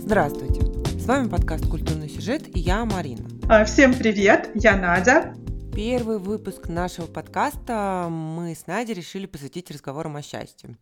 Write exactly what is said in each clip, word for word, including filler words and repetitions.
Здравствуйте! С вами подкаст «Культурный сюжет» и я, Марина. Всем привет, я Надя. Первый выпуск нашего подкаста мы с Надей решили посвятить разговорам о счастье.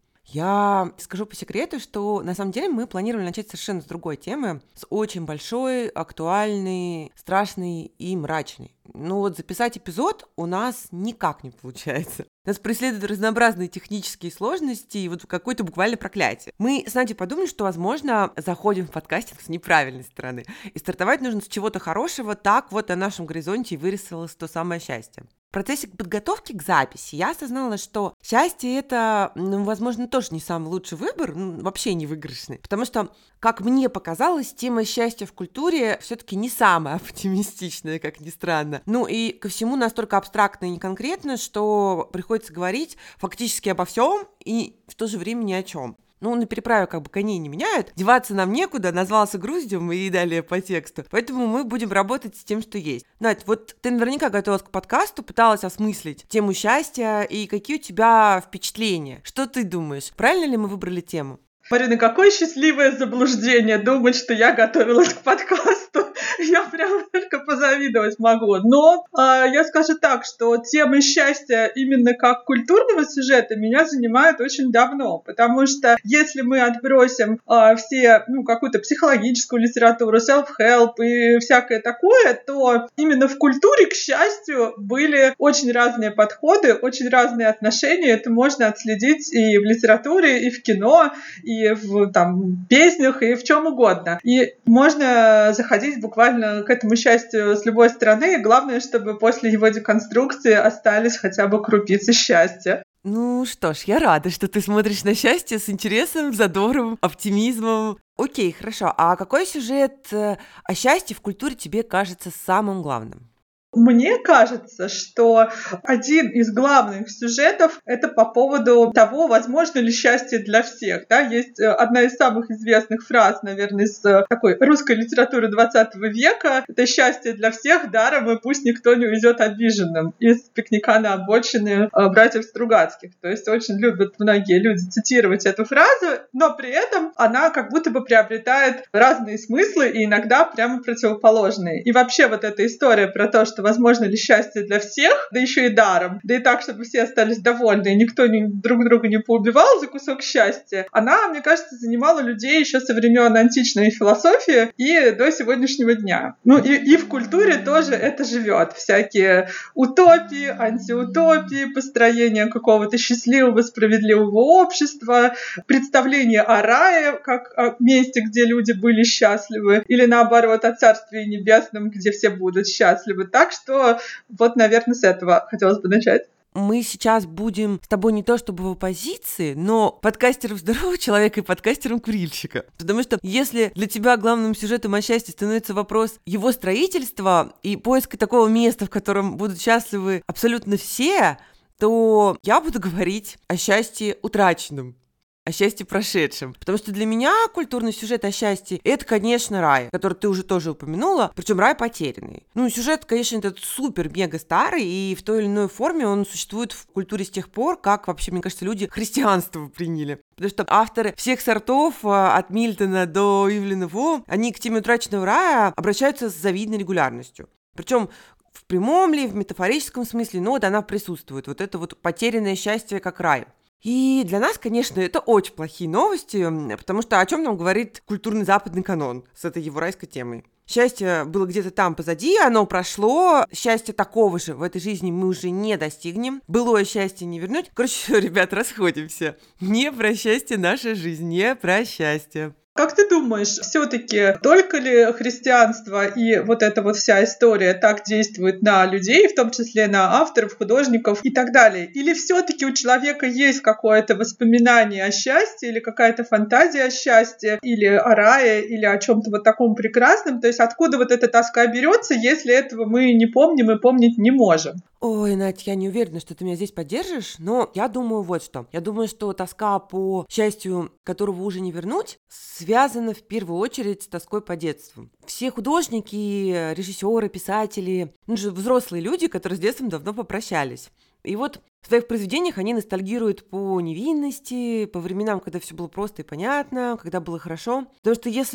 Я скажу по секрету, что на самом деле мы планировали начать совершенно с другой темы, с очень большой, актуальной, страшной и мрачной. Но вот записать эпизод у нас никак не получается. Нас преследуют разнообразные технические сложности и вот какое-то буквально проклятие. Мы с Надей подумали, что, возможно, заходим в подкастинг с неправильной стороны. И стартовать нужно с чего-то хорошего, так вот на нашем горизонте и вырисовалось то самое счастье. В процессе подготовки к записи я осознала, что счастье — это, ну, возможно, тоже не самый лучший выбор, ну, вообще не выигрышный. Потому что, как мне показалось, тема счастья в культуре все-таки не самая оптимистичная, как ни странно. Ну и ко всему настолько абстрактно и неконкретно, что приходится говорить фактически обо всем и в то же время ни о чем. Ну, на переправе как бы коней не меняют, деваться нам некуда, назвался груздем и далее по тексту. Поэтому мы будем работать с тем, что есть. Надь, вот ты наверняка готовилась к подкасту, пыталась осмыслить тему счастья, и какие у тебя впечатления? Что ты думаешь? Правильно ли мы выбрали тему? Марина, какое счастливое заблуждение думать, что я готовилась к подкасту. Я прямо только позавидовать могу. Но э, я скажу так, что тема счастья именно как культурного сюжета меня занимает очень давно. Потому что если мы отбросим э, все, ну, какую-то психологическую литературу, self-help и всякое такое, то именно в культуре, к счастью, были очень разные подходы, очень разные отношения. Это можно отследить и в литературе, и в кино, и и в там, песнях, и в чем угодно. И можно заходить буквально к этому счастью с любой стороны. Главное, чтобы после его деконструкции остались хотя бы крупицы счастья. Ну что ж, я рада, что ты смотришь на счастье с интересом, задором, оптимизмом. Окей, хорошо. А какой сюжет о счастье в культуре тебе кажется самым главным? Мне кажется, что один из главных сюжетов — это по поводу того, возможно ли счастье для всех. Да? Есть одна из самых известных фраз, наверное, из такой русской литературы двадцатого века. Это «счастье для всех, даром, и пусть никто не уйдет обиженным» из «Пикника на обочине» братьев Стругацких. То есть очень любят многие люди цитировать эту фразу, но при этом она как будто бы приобретает разные смыслы и иногда прямо противоположные. И вообще вот эта история про то, что возможно ли счастье для всех, да еще и даром, да и так, чтобы все остались довольны, и никто не, друг друга не поубивал за кусок счастья, она, мне кажется, занимала людей еще со времен античной философии и до сегодняшнего дня. Ну и, и в культуре тоже это живет. Всякие утопии, антиутопии, построение какого-то счастливого, справедливого общества, представление о рае как о месте, где люди были счастливы, или наоборот, о Царстве Небесном, где все будут счастливы. Так что вот, наверное, с этого хотелось бы начать. Мы сейчас будем с тобой не то чтобы в оппозиции, но подкастером здорового человека и подкастером курильщика. Потому что если для тебя главным сюжетом о счастье становится вопрос его строительства и поиска такого места, в котором будут счастливы абсолютно все, то я буду говорить о счастье утраченном, о счастье прошедшем. Потому что для меня культурный сюжет о счастье — это, конечно, рай, который ты уже тоже упомянула, причем рай потерянный. Ну, сюжет, конечно, этот супер-мега старый, и в той или иной форме он существует в культуре с тех пор, как вообще, мне кажется, люди христианство приняли. Потому что авторы всех сортов, от Мильтона до Ивлена Во, они к теме утраченного рая обращаются с завидной регулярностью. Причем в прямом ли, в метафорическом смысле, но вот она присутствует. Вот это вот потерянное счастье как рай. И для нас, конечно, это очень плохие новости, потому что о чем нам говорит культурный западный канон с этой его райской темой. Счастье было где-то там позади, оно прошло, счастья такого же в этой жизни мы уже не достигнем, былое счастье не вернуть. Короче, ребят, расходимся. Не про счастье наша жизнь, не про счастье. Как ты думаешь, все-таки только ли христианство и вот эта вот вся история так действует на людей, в том числе на авторов, художников и так далее? Или все-таки у человека есть какое-то воспоминание о счастье или какая-то фантазия о счастье, или о рае, или о чем-то вот таком прекрасном? То есть откуда вот эта тоска берется, если этого мы не помним и помнить не можем? Ой, Надь, я не уверена, что ты меня здесь поддержишь, но я думаю вот что. Я думаю, что тоска по счастью, которого уже не вернуть, связана в первую очередь с тоской по детству. Все художники, режиссеры, писатели, ну же взрослые люди, которые с детством давно попрощались. И вот в своих произведениях они ностальгируют по невинности, по временам, когда все было просто и понятно, когда было хорошо. Потому что если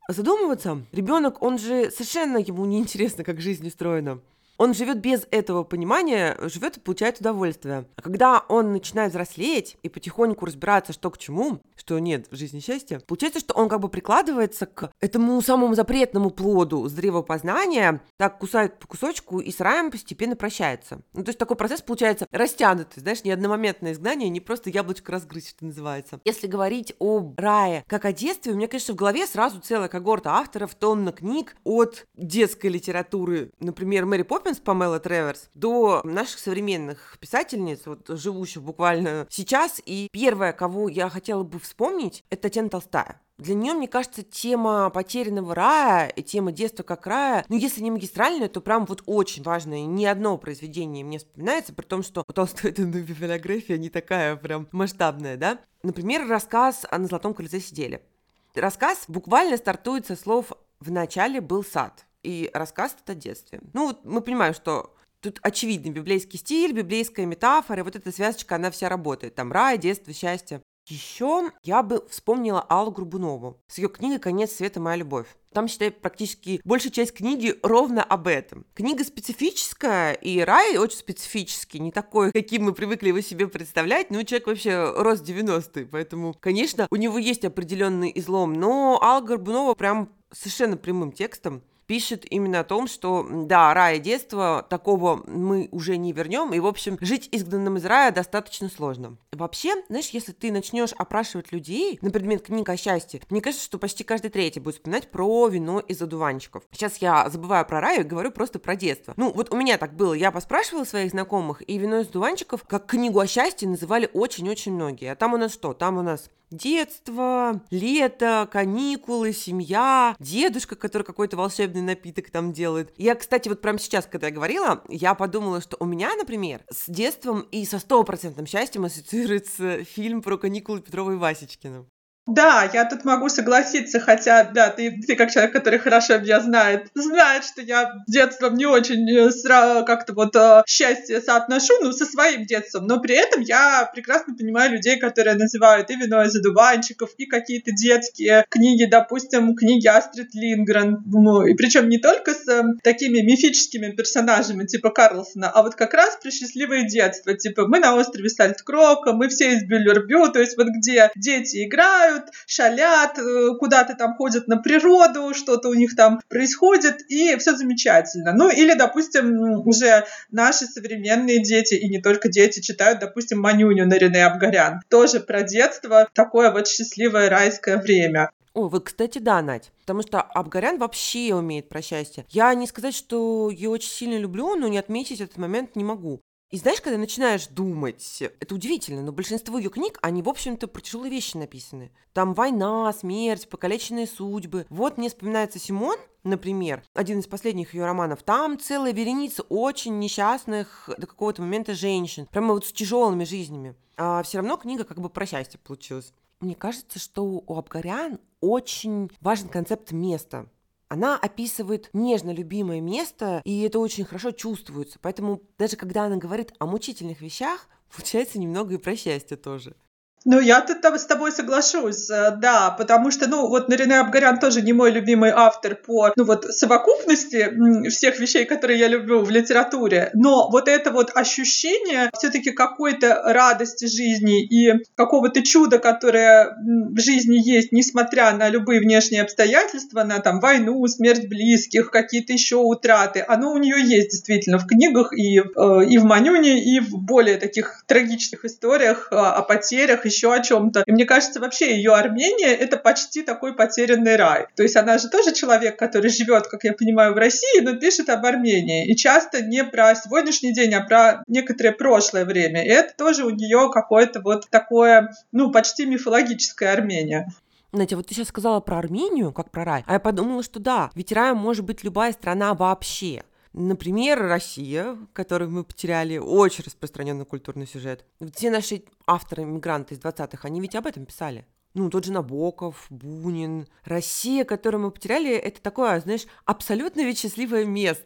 задумываться. Ребенок, он же совершенно ему неинтересно, как жизнь устроена. Он живет без этого понимания, живет и получает удовольствие. А когда он начинает взрослеть и потихоньку разбираться, что к чему, что нет в жизни счастья, получается, что он как бы прикладывается к этому самому запретному плоду познания, так кусает по кусочку и с раем постепенно прощается. Ну, то есть такой процесс получается растянутый, знаешь, не одномоментное изгнание, не просто яблочко разгрызть, что называется. Если говорить о рае как о детстве, у меня, конечно, в голове сразу целая когорта авторов, тонна книг от детской литературы, например, Мэри Поппинс, Памелы Треверс, до наших современных писательниц, вот, живущих буквально сейчас. И первое, кого я хотела бы вспомнить, это Татьяна Толстая. Для нее, мне кажется, тема потерянного рая и тема детства как рая, ну, если не магистральная, то прям вот очень важная. Ни одно произведение мне вспоминается, при том, что у Толстой эта библиография не такая прям масштабная, да? Например, рассказ «А на золотом крыльце сидели». Рассказ буквально стартует со слов «В начале был сад». И рассказ это о детстве. Ну, вот мы понимаем, что тут очевидный библейский стиль, библейская метафора, и вот эта связочка, она вся работает. Там рай, детство, счастье. Еще я бы вспомнила Аллу Горбунову с ее книгой «Конец света. Моя любовь». Там, считай, практически большая часть книги ровно об этом. Книга специфическая, и рай очень специфический, не такой, каким мы привыкли его себе представлять. Ну, человек вообще рост девяностый, поэтому, конечно, у него есть определенный излом. Но Алла Горбунова прям совершенно прямым текстом пишет именно о том, что, да, рай и детство, такого мы уже не вернем, и, в общем, жить изгнанным из рая достаточно сложно. Вообще, знаешь, если ты начнешь опрашивать людей на предмет книг о счастье, мне кажется, что почти каждый третий будет вспоминать про вино из одуванчиков. Сейчас я забываю про рай и говорю просто про детство. Ну, вот у меня так было, я поспрашивала своих знакомых, и вино из одуванчиков как книгу о счастье называли очень-очень многие. А там у нас что? Там у нас детство, лето, каникулы, семья, дедушка, который какой-то волшебный напиток там делает. Я, кстати, вот прямо сейчас, когда я говорила, я подумала, что у меня, например, с детством и со стопроцентным счастьем ассоциируется фильм про каникулы Петрова и Васечкина. Да, я тут могу согласиться, хотя, да, ты, ты как человек, который хорошо меня знает, знает, что я с детством не очень сра- как-то вот э, счастье соотношу, ну, со своим детством, но при этом я прекрасно понимаю людей, которые называют и вино из одуванчиков, и какие-то детские книги, допустим, книги Астрид Линдгрен, ну, и причем не только с э, такими мифическими персонажами типа Карлсона, а вот как раз про счастливое детство, типа мы на острове Сальткрока, мы все из Бюллербю, то есть вот где дети играют, шалят, куда-то там ходят на природу, что-то у них там происходит, и все замечательно. Ну, или, допустим, уже наши современные дети, и не только дети, читают, допустим, Манюню Нарине Абгарян. Тоже про детство, такое вот счастливое райское время. Ой, вот, кстати, да, Надь, потому что Абгарян вообще умеет про счастье. Я не сказать, что ее очень сильно люблю, но не отметить этот момент не могу. И знаешь, когда начинаешь думать, это удивительно, но большинство ее книг, они, в общем-то, про тяжелые вещи написаны. Там война, смерть, покалеченные судьбы. Вот мне вспоминается Симон, например, один из последних ее романов. Там целая вереница очень несчастных до какого-то момента женщин, прямо вот с тяжелыми жизнями. А все равно книга как бы про счастье получилась. Мне кажется, что у Абгарян очень важен концепт места. Она описывает нежно любимое место, и это очень хорошо чувствуется. Поэтому даже когда она говорит о мучительных вещах, получается немного и про счастье тоже. Ну, я тут с тобой соглашусь, да, потому что, ну, вот Нарине Абгарян тоже не мой любимый автор по, ну, вот, совокупности всех вещей, которые я люблю в литературе, но вот это вот ощущение все-таки какой-то радости жизни и какого-то чуда, которое в жизни есть, несмотря на любые внешние обстоятельства, на там войну, смерть близких, какие-то еще утраты, оно у нее есть действительно в книгах и, и в Манюне, и в более таких трагичных историях о потерях, еще о чем-то. И мне кажется, вообще ее Армения — это почти такой потерянный рай. То есть она же тоже человек, который живет, как я понимаю, в России, но пишет об Армении. И часто не про сегодняшний день, а про некоторое прошлое время. И это тоже у нее какое-то вот такое, ну, почти мифологическое Армения. Знаете, вот ты сейчас сказала про Армению, как про рай, а я подумала, что да, ведь раем может быть любая страна вообще. Например, Россия, которую мы потеряли, очень распространенный культурный сюжет. Все наши авторы-мигранты из двадцатых, они ведь об этом писали. Ну, тот же Набоков, Бунин. Россия, которую мы потеряли, это такое, знаешь, абсолютно ведь счастливое место.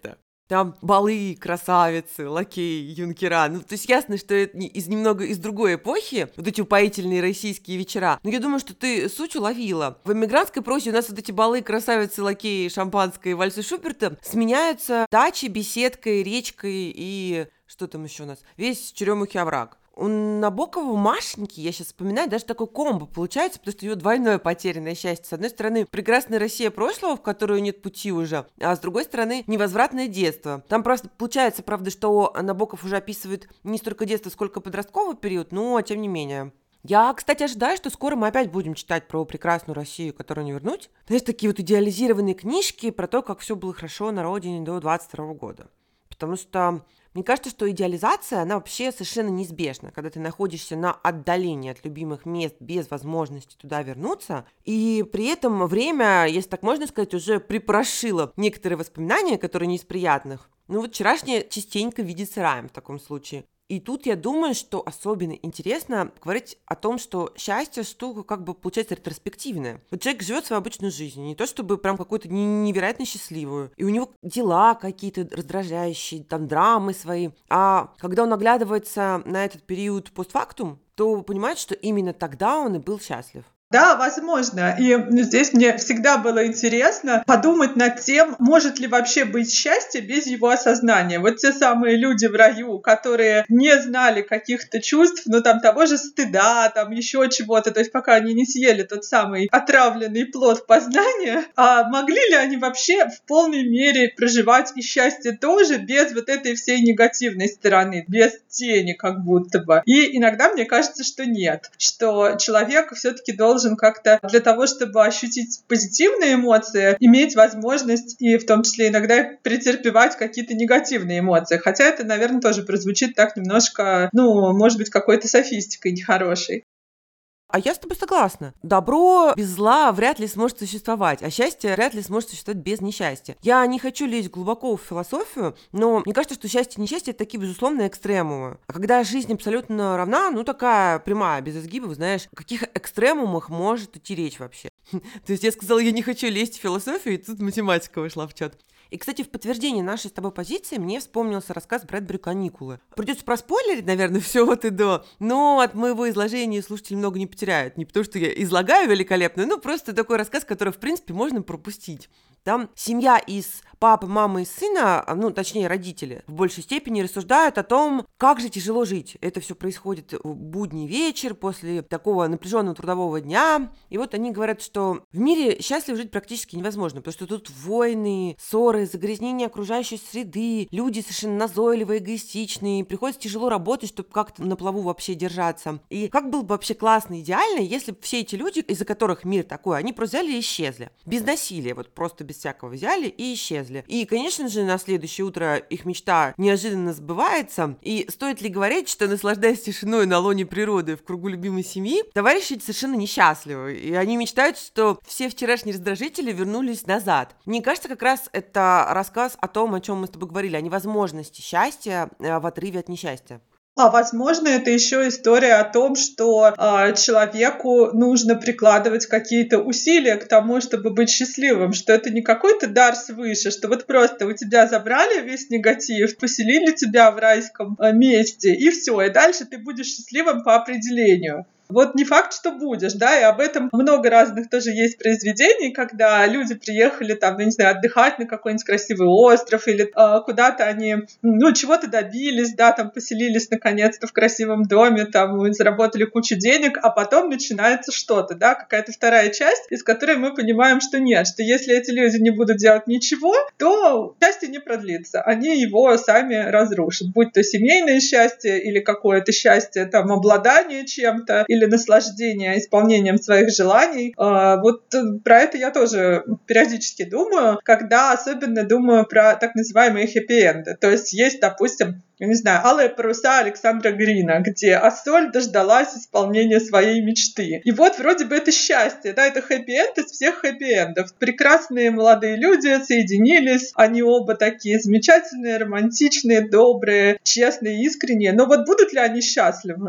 там балы, красавицы, лакеи, юнкера. Ну, то есть ясно, что это из немного из другой эпохи, вот эти упоительные российские вечера. Но я думаю, что ты суть уловила. В эмигрантской прозе у нас вот эти балы, красавицы, лакеи, шампанское, вальсы Шуберта сменяются дачей, беседкой, речкой и что там еще у нас? Весь Черемухий овраг. У Набокова Машеньки, я сейчас вспоминаю, даже такой комбо получается, потому что у него двойное потерянное счастье. С одной стороны, прекрасная Россия прошлого, в которую нет пути уже, а с другой стороны, невозвратное детство. Там просто получается, правда, что Набоков уже описывает не столько детство, сколько подростковый период, но тем не менее. Я, кстати, ожидаю, что скоро мы опять будем читать про прекрасную Россию, которую не вернуть. Знаешь, такие вот идеализированные книжки про то, как все было хорошо на родине до двадцать второго года. Потому что мне кажется, что идеализация, она вообще совершенно неизбежна, когда ты находишься на отдалении от любимых мест без возможности туда вернуться, и при этом время, если так можно сказать, уже припорошило некоторые воспоминания, которые не из приятных. Ну вот вчерашнее частенько видится раем в таком случае. И тут я думаю, что особенно интересно говорить о том, что счастье штука как бы получается ретроспективная. Вот человек живет свою обычную жизнь, не то чтобы прям какую-то невероятно счастливую. И у него дела какие-то раздражающие, там драмы свои. А когда он оглядывается на этот период постфактум, то понимает, что именно тогда он и был счастлив. Да, возможно. И здесь мне всегда было интересно подумать над тем, может ли вообще быть счастье без его осознания. Вот те самые люди в раю, которые не знали каких-то чувств, ну там того же стыда, там еще чего-то, то есть пока они не съели тот самый отравленный плод познания, а могли ли они вообще в полной мере проживать и счастье тоже без вот этой всей негативной стороны, без тени как будто бы. И иногда мне кажется, что нет, что человек все-таки должен как-то для того, чтобы ощутить позитивные эмоции, иметь возможность и в том числе иногда претерпевать какие-то негативные эмоции. Хотя это, наверное, тоже прозвучит так немножко, ну, может быть, какой-то софистикой нехорошей. А я с тобой согласна. Добро без зла вряд ли сможет существовать, а счастье вряд ли сможет существовать без несчастья. Я не хочу лезть глубоко в философию, но мне кажется, что счастье и несчастье — это такие, безусловно, экстремумы. А когда жизнь абсолютно равна, ну, такая прямая, без изгибов, знаешь, о каких экстремумах может идти речь вообще? То есть я сказала, я не хочу лезть в философию, и тут математика вышла в чат. И, кстати, в подтверждение нашей с тобой позиции мне вспомнился рассказ Брэдбери «Каникулы». Придется проспойлерить, наверное, все от и до, но от моего изложения слушатели много не потеряют. Не потому, что я излагаю великолепно, но просто такой рассказ, который, в принципе, можно пропустить. Там семья из папы, мамы и сына, ну, точнее, родители, в большей степени рассуждают о том, как же тяжело жить. Это все происходит в будний вечер, после такого напряженного трудового дня. И вот они говорят, что в мире счастливо жить практически невозможно, потому что тут войны, ссоры, загрязнение окружающей среды, люди совершенно назойливые, эгоистичные, приходится тяжело работать, чтобы как-то на плаву вообще держаться. И как было бы вообще классно, идеально, если бы все эти люди, из-за которых мир такой, они просто взяли и исчезли. Без насилия, вот просто без всякого взяли и исчезли. И, конечно же, на следующее утро их мечта неожиданно сбывается. И стоит ли говорить, что, наслаждаясь тишиной на лоне природы в кругу любимой семьи, товарищи эти совершенно несчастливы. И они мечтают, что все вчерашние раздражители вернулись назад. Мне кажется, как раз это рассказ о том, о чем мы с тобой говорили, о невозможности счастья в отрыве от несчастья. А возможно, это еще история о том, что э, человеку нужно прикладывать какие-то усилия к тому, чтобы быть счастливым, что это не какой-то дар свыше, что вот просто у тебя забрали весь негатив, поселили тебя в райском э, месте, и все, и дальше ты будешь счастливым по определению. Вот не факт, что будешь, да, и об этом много разных тоже есть произведений, когда люди приехали там, я не знаю, отдыхать на какой-нибудь красивый остров или э, куда-то они, ну, чего-то добились, да, там поселились наконец-то в красивом доме, там заработали кучу денег, а потом начинается что-то, да, какая-то вторая часть, из которой мы понимаем, что нет, что если эти люди не будут делать ничего, то счастье не продлится, они его сами разрушат, будь то семейное счастье или какое-то счастье, там, обладание чем-то, или наслаждение исполнением своих желаний. Вот про это я тоже периодически думаю, когда особенно думаю про так называемые хэппи-энды. То есть есть, допустим, я не знаю, «Алые паруса» Александра Грина, где Ассоль дождалась исполнения своей мечты. И вот вроде бы это счастье, да, это хэппи-энд из всех хэппи-эндов. Прекрасные молодые люди соединились, они оба такие замечательные, романтичные, добрые, честные, искренние. Но вот будут ли они счастливы?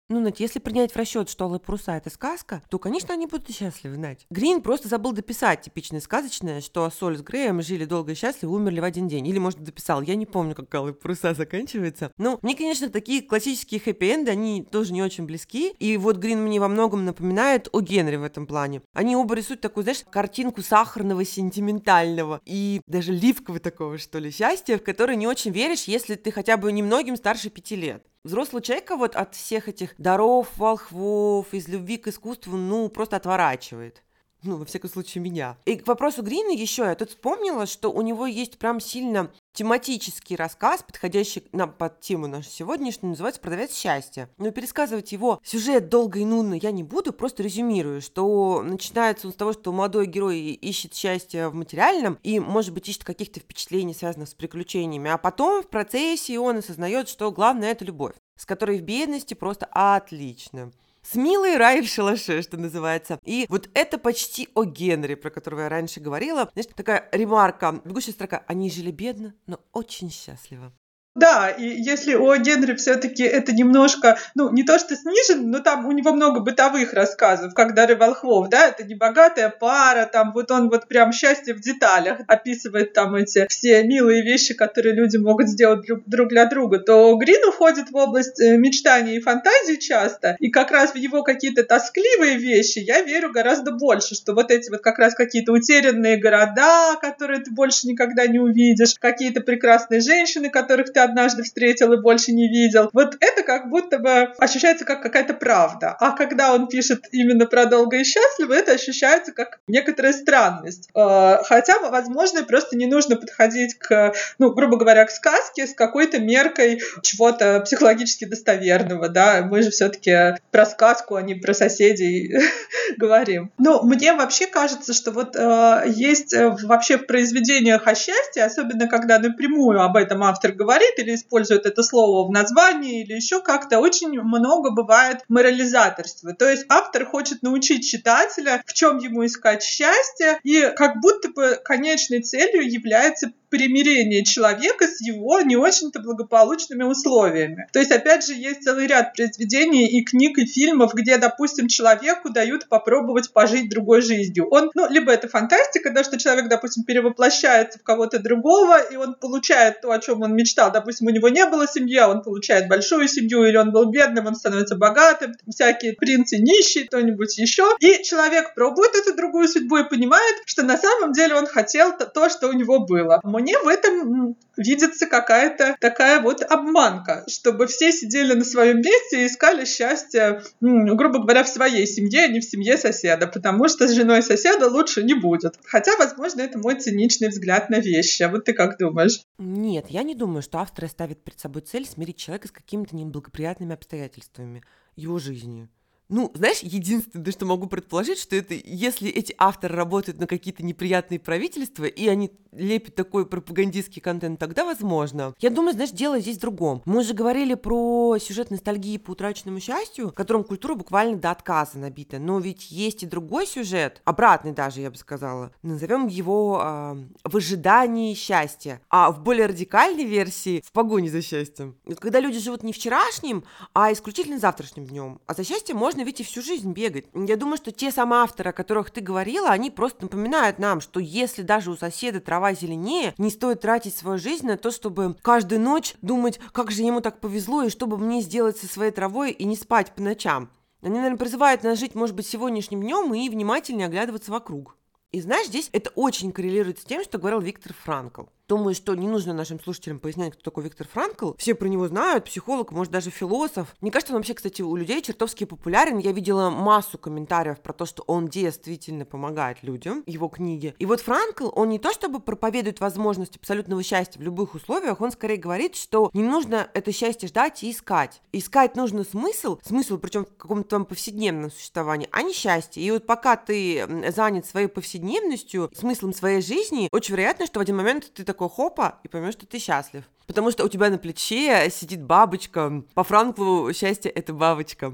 Ну, Надь, если принять в расчет, что «Алые паруса» — это сказка, то, конечно, они будут счастливы, Надь. Грин просто забыл дописать типичное сказочное, что Соль с Греем жили долго и счастливо, умерли в один день. Или, может, дописал. Я не помню, как «Алые паруса» заканчивается. Ну, мне, конечно, такие классические хэппи-энды, они тоже не очень близки. И вот Грин мне во многом напоминает о Генри в этом плане. Они оба рисуют такую, знаешь, картинку сахарного, сентиментального и даже ливкового такого, что ли, счастья, в которое не очень веришь, если ты хотя бы немногим старше пяти лет. Взрослого человека вот от всех этих даров, волхвов, из любви к искусству, ну, просто отворачивает. Ну, во всяком случае, меня. И к вопросу Грина еще я тут вспомнила, что у него есть прям сильно тематический рассказ, подходящий нам под тему нашу сегодняшнюю, называется «Продавец счастья». Но пересказывать его сюжет долго и нудно я не буду, просто резюмирую, что начинается он с того, что молодой герой ищет счастье в материальном и, может быть, ищет каких-то впечатлений, связанных с приключениями, а потом в процессе он осознает, что главное — это любовь, с которой в бедности просто отлично. С милой рай в шалаше, что называется. И вот это почти о Генри, про которого я раньше говорила. Знаешь, такая ремарка, бегущая строка. Они жили бедно, но очень счастливо. Да, и если у Генри все-таки это немножко, ну, не то что снижен, но там у него много бытовых рассказов, как «Дары волхвов», да, это не богатая пара, там вот он вот прям счастье в деталях описывает там эти все милые вещи, которые люди могут сделать друг для друга, то Грин уходит в область мечтаний и фантазий часто, и как раз в его какие-то тоскливые вещи я верю гораздо больше, что вот эти вот как раз какие-то утерянные города, которые ты больше никогда не увидишь, какие-то прекрасные женщины, которых ты однажды встретил и больше не видел. Вот это как будто бы ощущается как какая-то правда. А когда он пишет именно про долго и счастливо, это ощущается как некоторая странность. Хотя, возможно, просто не нужно подходить к, ну, грубо говоря, к сказке с какой-то меркой чего-то психологически достоверного, да. Мы же все-таки про сказку, а не про соседей говорим. Но мне вообще кажется, что вот есть вообще в произведениях о счастье, особенно когда напрямую об этом автор говорит, или используют это слово в названии, или еще как-то, очень много бывает морализаторства. То есть автор хочет научить читателя, в чем ему искать счастье, и как будто бы конечной целью является примирение человека с его не очень-то благополучными условиями. То есть, опять же, есть целый ряд произведений и книг, и фильмов, где, допустим, человеку дают попробовать пожить другой жизнью. Он, ну, либо это фантастика, да, что человек, допустим, перевоплощается в кого-то другого, и он получает то, о чем он мечтал. Допустим, у него не было семьи, а он получает большую семью, или он был бедным, он становится богатым, всякие принцы нищие, кто-нибудь еще. И человек пробует эту другую судьбу и понимает, что на самом деле он хотел то, что у него было. Мне в этом видится какая-то такая вот обманка, чтобы все сидели на своем месте и искали счастье, грубо говоря, в своей семье, а не в семье соседа, потому что с женой соседа лучше не будет. Хотя, возможно, это мой циничный взгляд на вещи. А вот ты как думаешь? Нет, я не думаю, что авторы ставят перед собой цель смирить человека с какими-то неблагоприятными обстоятельствами его жизни. Ну, знаешь, единственное, что могу предположить, что это если эти авторы работают на какие-то неприятные правительства, и они лепят такой пропагандистский контент, тогда возможно. Я думаю, знаешь, дело здесь в другом. Мы уже говорили про сюжет ностальгии по утраченному счастью, которым культура буквально до отказа набита. Но ведь есть и другой сюжет, обратный даже, я бы сказала. Назовем его э, «В ожидании счастья», а в более радикальной версии «В погоне за счастьем». Когда люди живут не вчерашним, а исключительно завтрашним днем. А за счастьем можно ведь и всю жизнь бегать. Я думаю, что те самые авторы, о которых ты говорила, они просто напоминают нам, что если даже у соседа трава зеленее, не стоит тратить свою жизнь на то, чтобы каждую ночь думать, как же ему так повезло, и что бы мне сделать со своей травой и не спать по ночам. Они, наверное, призывают нас жить, может быть, сегодняшним днем и внимательнее оглядываться вокруг. И знаешь, здесь это очень коррелирует с тем, что говорил Виктор Франкл. Думаю, что не нужно нашим слушателям пояснять, кто такой Виктор Франкл. Все про него знают, психолог, может, даже философ. Мне кажется, он вообще, кстати, у людей чертовски популярен. Я видела массу комментариев про то, что он действительно помогает людям, его книги. И вот Франкл, он не то чтобы проповедует возможность абсолютного счастья в любых условиях, он скорее говорит, что не нужно это счастье ждать и искать. Искать нужно смысл, смысл, причем в каком-то там повседневном существовании, а не счастье. И вот пока ты занят своей повседневностью, смыслом своей жизни, очень вероятно, что в один момент ты такой хопа и поймешь, что ты счастлив. Потому что у тебя на плече сидит бабочка. По Франклу счастье — это бабочка.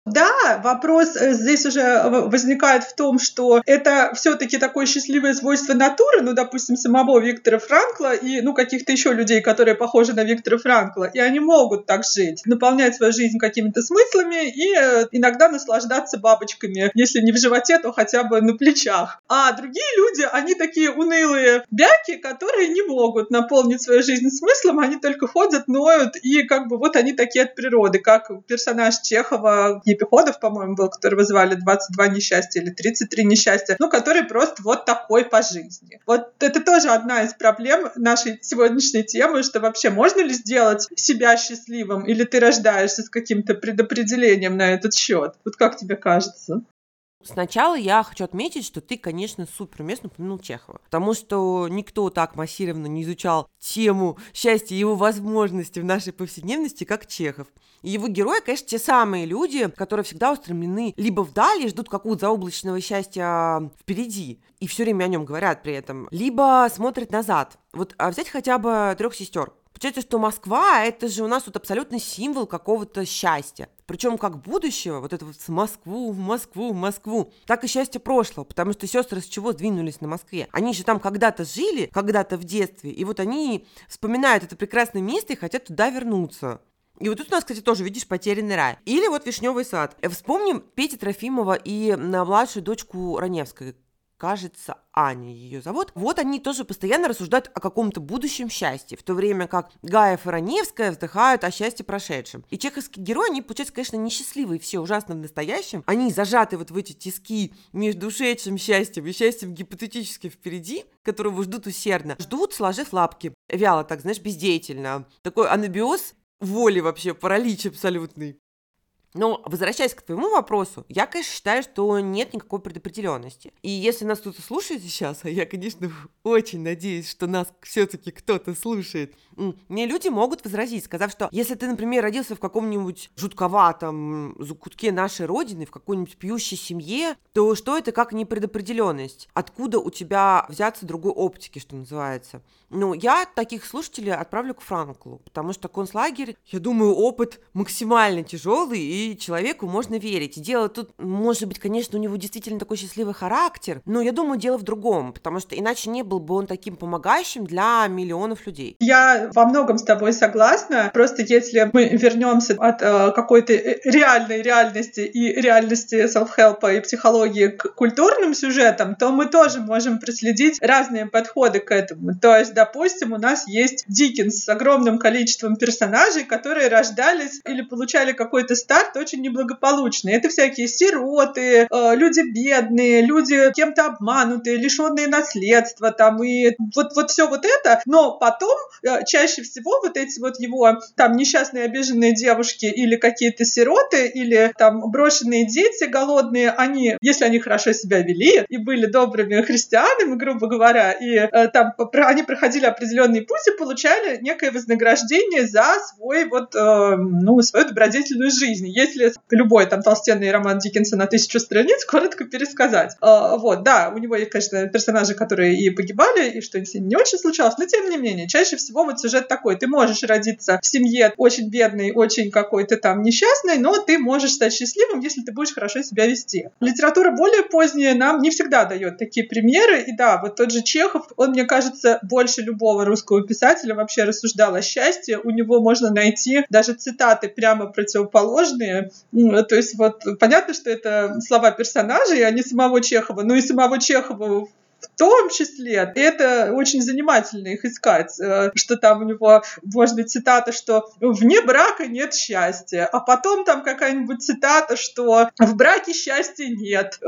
Да, вопрос здесь уже возникает в том, что это все-таки такое счастливое свойство натуры, ну, допустим, самого Виктора Франкла и, ну, каких-то еще людей, которые похожи на Виктора Франкла, и они могут так жить, наполнять свою жизнь какими-то смыслами и иногда наслаждаться бабочками, если не в животе, то хотя бы на плечах. А другие люди, они такие унылые бяки, которые не могут наполнить свою жизнь смыслом, они только ходят, ноют, и как бы вот они такие от природы, как персонаж Чехова, Епиходов, по-моему, был, которого звали двадцать два несчастья или тридцать три несчастья, ну, который просто вот такой по жизни. Вот это тоже одна из проблем нашей сегодняшней темы, что вообще можно ли сделать себя счастливым, или ты рождаешься с каким-то предопределением на этот счет? Вот как тебе кажется? Сначала я хочу отметить, что ты, конечно, супер уместно упомянул Чехова, потому что никто так массированно не изучал тему счастья и его возможности в нашей повседневности, как Чехов. И его герои, конечно, те самые люди, которые всегда устремлены либо вдаль и ждут какого-то заоблачного счастья впереди, и все время о нем говорят при этом, либо смотрят назад. Вот а взять хотя бы «Трех сестер». Получается, что Москва – это же у нас тут абсолютно символ какого-то счастья. Причем как будущего, вот это вот в Москву, в Москву, в Москву, так и счастье прошлого, потому что сестры с чего сдвинулись на Москве? Они же там когда-то жили, когда-то в детстве, и вот они вспоминают это прекрасное место и хотят туда вернуться. И вот тут у нас, кстати, тоже, видишь, потерянный рай. Или вот «Вишневый сад». Вспомним Петю Трофимова и младшую дочку Раневской. Кажется, Аня ее зовут. Вот они тоже постоянно рассуждают о каком-то будущем счастье, в то время как Гаев и Раневская вздыхают о счастье прошедшем. И чеховские герои, они, получается, конечно, несчастливые, все ужасно в настоящем. Они зажаты вот в эти тиски между ушедшим счастьем и счастьем гипотетическим впереди, которого ждут усердно. Ждут, сложив лапки. Вяло так, знаешь, бездеятельно. Такой анабиоз воли вообще, паралич абсолютный. Но, возвращаясь к твоему вопросу, я, конечно, считаю, что нет никакой предопределенности. И если нас кто-то слушает сейчас, а я, конечно, очень надеюсь, что нас все-таки кто-то слушает, мне люди могут возразить, сказав, что если ты, например, родился в каком-нибудь жутковатом закутке нашей родины, в какой-нибудь пьющей семье, то что это как не предопределенность? Откуда у тебя взяться другой оптики, что называется? Ну, я таких слушателей отправлю к Франклу, потому что концлагерь, я думаю, опыт максимально тяжелый, и человеку можно верить. И дело тут, может быть, конечно, у него действительно такой счастливый характер, но я думаю, дело в другом, потому что иначе не был бы он таким помогающим для миллионов людей. Я во многом с тобой согласна. Просто если мы вернемся от э, какой-то реальной реальности и реальности self-help и психологии к культурным сюжетам, то мы тоже можем проследить разные подходы к этому. То есть, допустим, у нас есть Диккенс с огромным количеством персонажей, которые рождались или получали какой-то старт очень неблагополучный. Это всякие сироты, э, люди бедные, люди кем-то обманутые, лишенные наследства, там, и вот, вот все вот это. Но потом э, чаще всего вот эти вот его там несчастные обиженные девушки или какие-то сироты, или там брошенные дети голодные, они, если они хорошо себя вели и были добрыми христианами, грубо говоря, и э, там они проходили определенный путь и получали некое вознаграждение за свой вот, э, ну, свою добродетельную жизнь. Если любой там толстенный роман Диккенса на тысячу страниц, коротко пересказать. Э, вот, да, у него есть, конечно, персонажи, которые и погибали, и что с ними не очень случалось, но тем не менее, чаще всего вот сюжет такой. Ты можешь родиться в семье очень бедной, очень какой-то там несчастной, но ты можешь стать счастливым, если ты будешь хорошо себя вести. Литература более поздняя нам не всегда дает такие примеры, и да, вот тот же Чехов, он, мне кажется, больше любого русского писателя вообще рассуждал о счастье. У него можно найти даже цитаты прямо противоположные. То есть вот понятно, что это слова персонажей, а не самого Чехова, но и самого Чехова в том числе. Это очень занимательно их искать, что там у него может быть цитата, что «вне брака нет счастья», а потом там какая-нибудь цитата, что «в браке счастья нет»,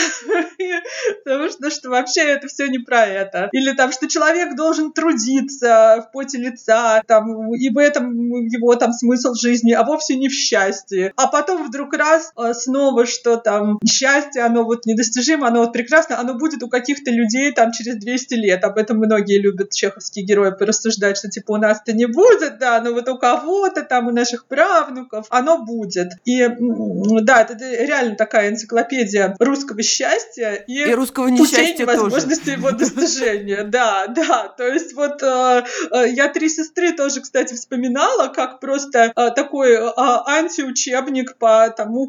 потому что, что вообще это все не про это. Или там, что человек должен трудиться в поте лица, там, и в этом его там смысл жизни, а вовсе не в счастье. А потом вдруг раз снова, что там счастье, оно вот недостижимо, оно вот прекрасно, оно будет у каких-то людей людей там через двести лет. Об этом многие любят чеховские герои порассуждать, что типа у нас-то не будет, да, но вот у кого-то там, у наших правнуков оно будет. И да, это реально такая энциклопедия русского счастья и, и русского несчастья тоже. Возможности его достижения. Да, да. То есть вот э, я «Три сестры» тоже, кстати, вспоминала, как просто э, такой э, антиучебник по тому, как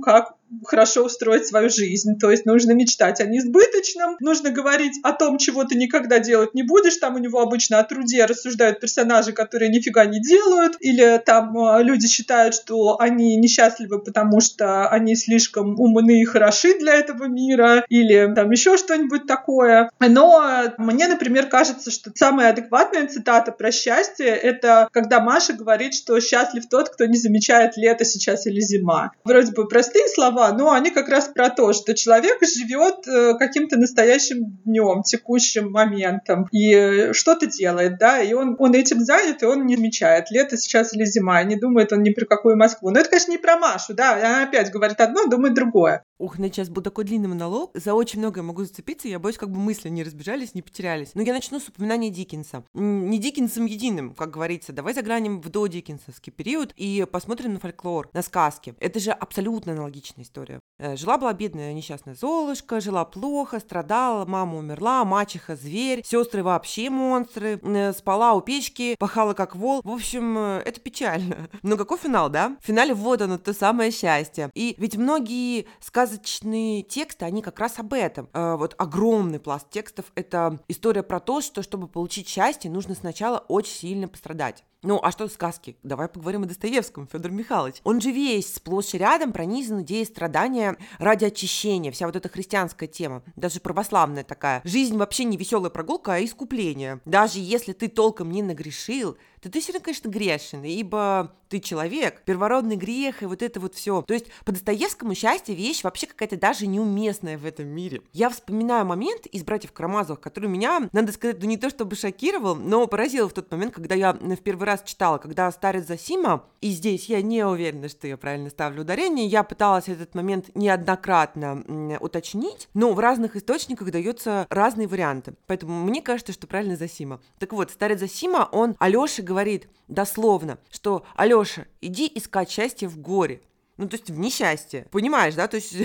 хорошо устроить свою жизнь. То есть нужно мечтать о несбыточном, нужно говорить о том, чего ты никогда делать не будешь. Там у него обычно о труде рассуждают персонажи, которые нифига не делают, или там люди считают, что они несчастливы, потому что они слишком умны и хороши для этого мира, или там еще что-нибудь такое. Но мне, например, кажется, что самая адекватная цитата про счастье — это когда Маша говорит, что счастлив тот, кто не замечает лето сейчас или зима. Вроде бы простые слова, но они как раз про то, что человек живет каким-то настоящим днем, текущим моментом, и что-то делает, да, и он, он этим занят, и он не замечает, лето сейчас или зима, и не думает он ни про какую Москву. Но это, конечно, не про Машу, да, она опять говорит одно, думает другое. Ух, на сейчас был такой длинный монолог, за очень многое могу зацепиться, я боюсь, как бы мысли не разбежались, не потерялись. Но я начну с упоминания Диккенса. Не Диккенсом единым, как говорится, давай заглянем в додиккенсовский период и посмотрим на фольклор, на сказки. Это же абсолютно аналогичная история. Жила-была бедная несчастная Золушка, жила плохо, страдала, мама умерла, мачеха зверь, сестры вообще монстры, спала у печки, пахала как вол. В общем, это печально. Но какой финал, да? В финале вот оно, то самое счастье. И ведь многие сказочные тексты, они как раз об этом. Вот огромный пласт текстов — это история про то, что чтобы получить счастье, нужно сначала очень сильно пострадать. Ну, а что сказки? Давай поговорим о Достоевском, Федор Михайлович. Он же весь сплошь и рядом пронизан идеей страдания ради очищения. Вся вот эта христианская тема, даже православная такая. Жизнь вообще не веселая прогулка, а искупление. Даже если ты толком не нагрешил, то ты все равно, конечно, грешен, ибо ты человек, первородный грех и вот это вот все. То есть по Достоевскому счастье вещь вообще какая-то даже неуместная в этом мире. Я вспоминаю момент из «Братьев Карамазовых», который меня, надо сказать, ну не то чтобы шокировал, но поразил в тот момент, когда я в первый раз читала, когда старец Зосима, и здесь я не уверена, что я правильно ставлю ударение, я пыталась этот момент неоднократно м, уточнить, но в разных источниках даются разные варианты, поэтому мне кажется, что правильно Зосима. Так вот, старец Зосима, он Алёше говорит дословно, что «Алёша, иди искать счастье в горе». Ну, то есть в несчастье. Понимаешь, да? То есть